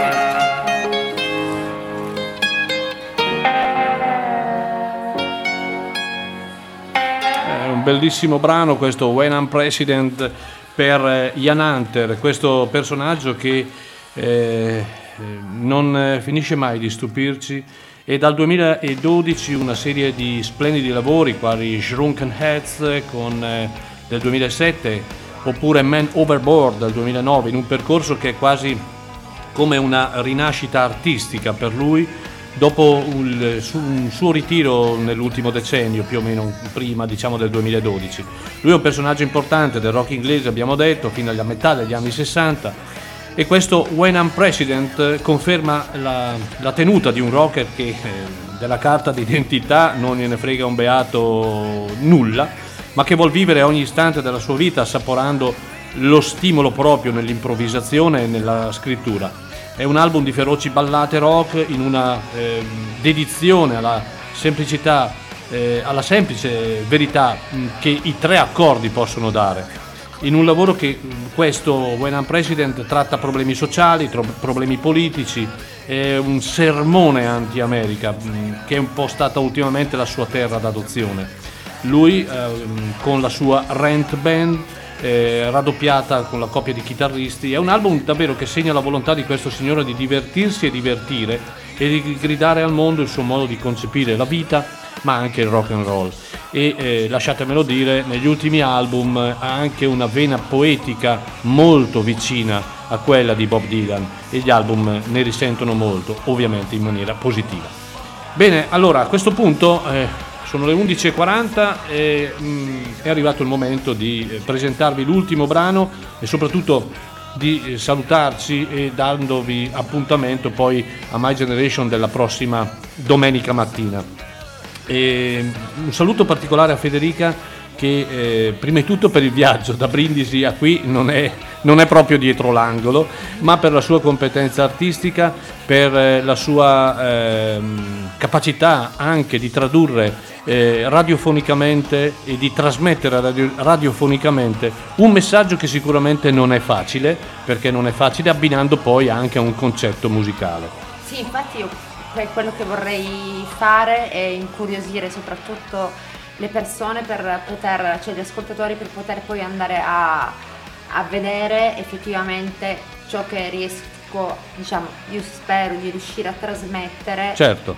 S2: È un bellissimo brano questo When I'm President per Ian Hunter, questo personaggio che non finisce mai di stupirci, e dal 2012 una serie di splendidi lavori quali Shrunken Heads del 2007 oppure Man Overboard del 2009, in un percorso che è quasi come una rinascita artistica per lui dopo un suo ritiro nell'ultimo decennio, più o meno prima, diciamo, del 2012. Lui è un personaggio importante del rock inglese, abbiamo detto, fino alla metà degli anni 60, e questo When I'm President conferma la tenuta di un rocker che della carta d'identità non gliene frega un beato nulla, ma che vuol vivere ogni istante della sua vita assaporando lo stimolo proprio nell'improvvisazione e nella scrittura. È un album di feroci ballate rock in una dedizione alla semplicità, alla semplice verità che i tre accordi possono dare. In un lavoro che questo When I'm President tratta problemi sociali, problemi politici, è un sermone anti-America che è un po' stata ultimamente la sua terra d'adozione. Lui con la sua Rent Band, raddoppiata con la coppia di chitarristi, è un album davvero che segna la volontà di questo signore di divertirsi e divertire e di gridare al mondo il suo modo di concepire la vita, ma anche il rock and roll. E lasciatemelo dire, negli ultimi album ha anche una vena poetica molto vicina a quella di Bob Dylan, e gli album ne risentono molto, ovviamente in maniera positiva. Bene, allora a questo punto sono le 11:40 e è arrivato il momento di presentarvi l'ultimo brano e soprattutto di salutarci e dandovi appuntamento poi a My Generation della prossima domenica mattina. E un saluto particolare a Federica che prima di tutto per il viaggio da Brindisi a qui non è proprio dietro l'angolo, ma per la sua competenza artistica, per la sua capacità anche di tradurre radiofonicamente e di trasmettere radiofonicamente un messaggio che sicuramente non è facile, perché non è facile abbinando poi anche a un concetto musicale.
S3: Sì, infatti io quello che vorrei fare è incuriosire soprattutto le persone cioè gli ascoltatori, per poter poi andare a vedere effettivamente ciò che riesco, diciamo, io spero di riuscire a trasmettere.
S2: Certo.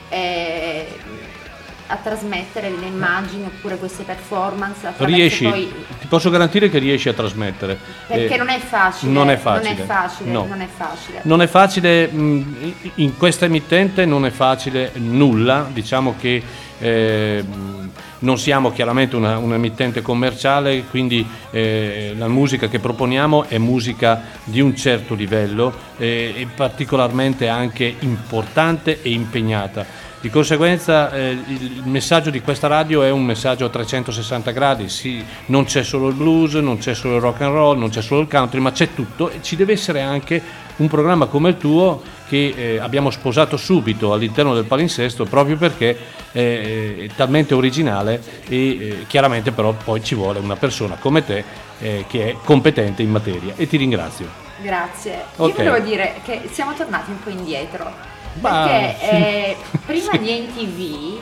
S3: A trasmettere le immagini oppure queste performance.
S2: Riesci,
S3: poi,
S2: ti posso garantire che riesci a trasmettere.
S3: Perché non è facile.
S2: Non è facile. No.
S3: Non è facile.
S2: Non è facile, in questa emittente non è facile nulla, diciamo che non siamo chiaramente un'emittente commerciale, quindi la musica che proponiamo è musica di un certo livello e particolarmente anche importante e impegnata. Di conseguenza il messaggio di questa radio è un messaggio a 360 gradi, sì, non c'è solo il blues, non c'è solo il rock and roll, non c'è solo il country, ma c'è tutto, e ci deve essere anche un programma come il tuo che abbiamo sposato subito all'interno del palinsesto, proprio perché è talmente originale e chiaramente però poi ci vuole una persona come te che è competente in materia, e ti ringrazio.
S3: Grazie.
S2: Okay.
S3: Io volevo dire che siamo tornati un po' indietro.
S2: Bah,
S3: perché
S2: sì.
S3: prima di NTV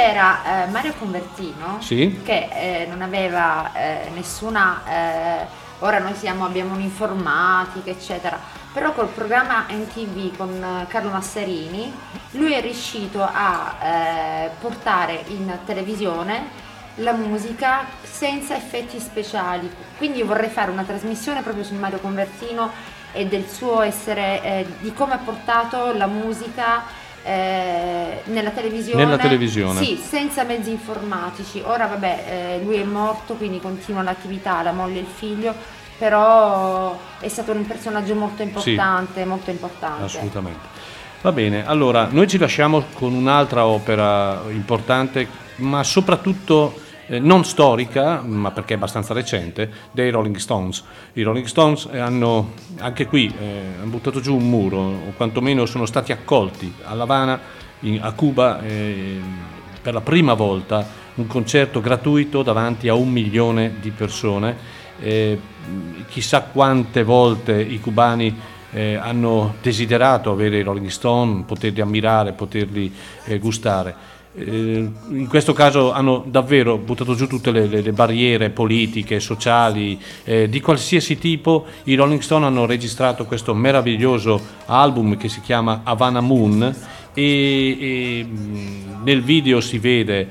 S3: c'era Mario Convertino,
S2: sì,
S3: che non aveva nessuna ora noi abbiamo un'informatica eccetera, però col programma NTV con Carlo Massarini lui è riuscito a portare in televisione la musica senza effetti speciali, quindi io vorrei fare una trasmissione proprio su Mario Convertino e del suo essere, di come ha portato la musica nella televisione, sì, senza mezzi informatici. Ora vabbè, lui è morto, quindi continua l'attività, la moglie e il figlio, però è stato un personaggio molto importante, sì, molto importante.
S2: Assolutamente. Va bene, allora noi ci lasciamo con un'altra opera importante, ma soprattutto non storica, ma perché è abbastanza recente, dei Rolling Stones. I Rolling Stones hanno anche qui hanno buttato giù un muro, o quantomeno sono stati accolti a La Habana, a Cuba, per la prima volta un concerto gratuito davanti a 1 milione di persone. Chissà quante volte i cubani hanno desiderato avere i Rolling Stone, poterli ammirare, poterli gustare. In questo caso hanno davvero buttato giù tutte le barriere politiche, sociali, di qualsiasi tipo. I Rolling Stone hanno registrato questo meraviglioso album che si chiama Havana Moon e nel video si vede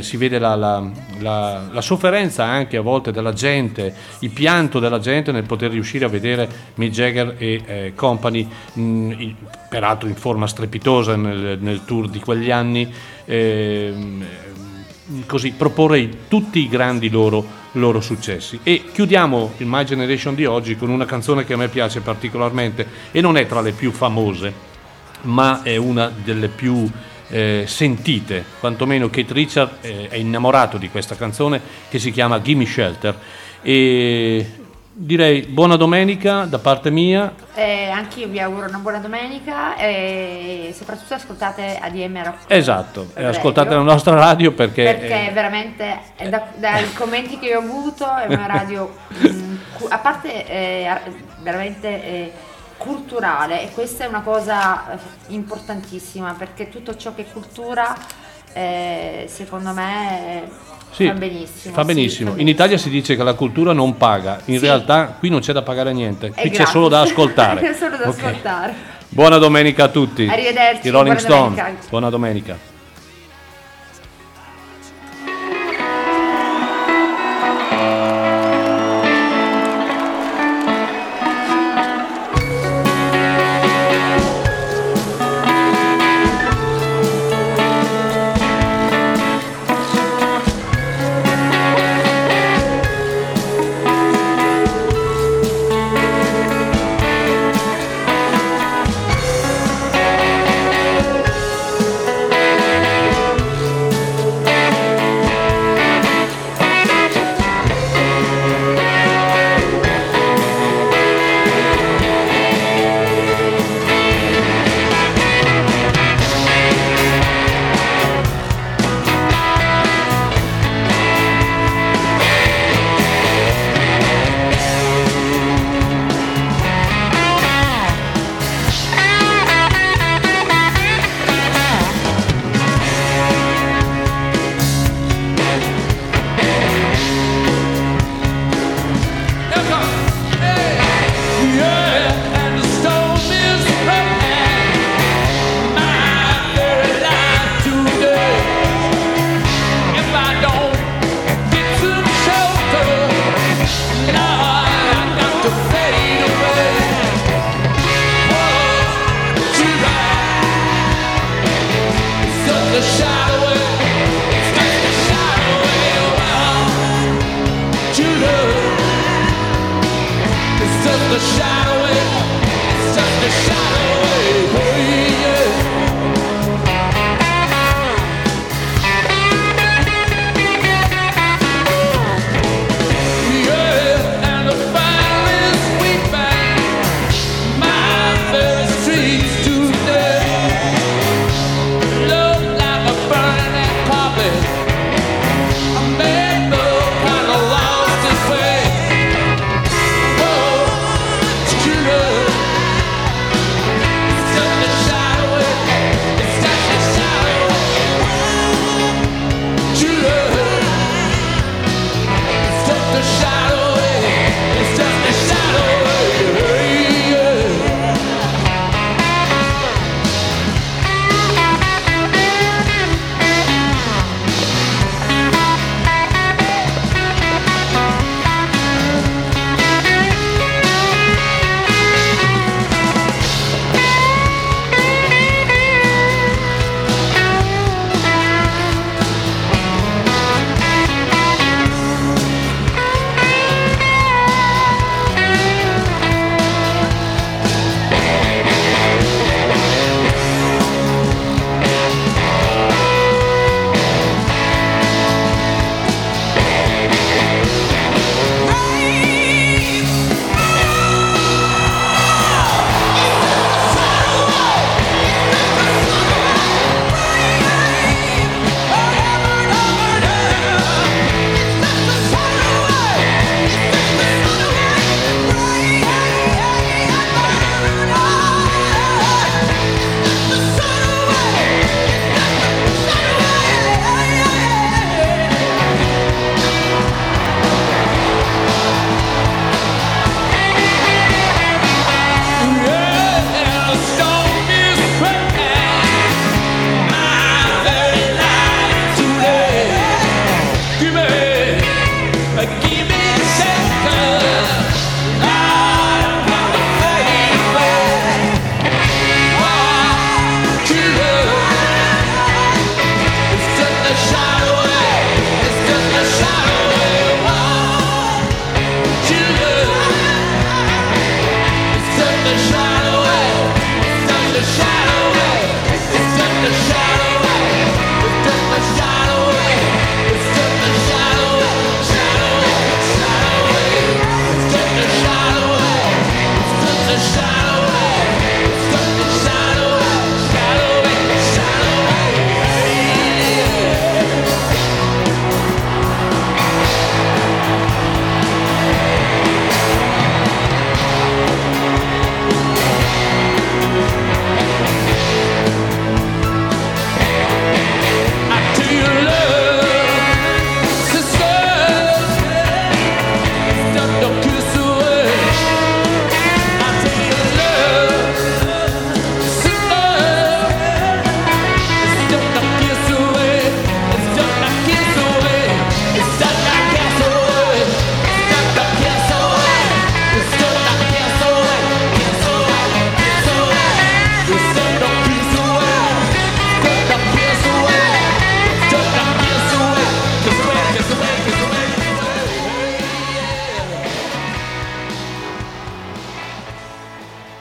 S2: la sofferenza anche a volte della gente, il pianto della gente nel poter riuscire a vedere Mick Jagger e company, peraltro in forma strepitosa nel tour di quegli anni, così proporre tutti i grandi loro successi. E chiudiamo il My Generation di oggi con una canzone che a me piace particolarmente e non è tra le più famose, ma è una delle più sentite, quantomeno Keith Richards è innamorato di questa canzone che si chiama Gimme Shelter. E direi buona domenica da parte mia.
S3: Anche io vi auguro una buona domenica e soprattutto ascoltate ADM Rock.
S2: Esatto, ascoltate la nostra radio perché
S3: veramente dai commenti che ho avuto è una radio a parte veramente culturale, e questa è una cosa importantissima, perché tutto ciò che è cultura secondo me
S2: sì,
S3: fa benissimo.
S2: Fa benissimo. In Italia si dice che la cultura non paga, in realtà qui non c'è da pagare niente, qui c'è solo da ascoltare.
S3: C'è solo da ascoltare.
S2: Buona domenica a tutti.
S3: Arrivederci.
S2: I Rolling Stone. Buona domenica.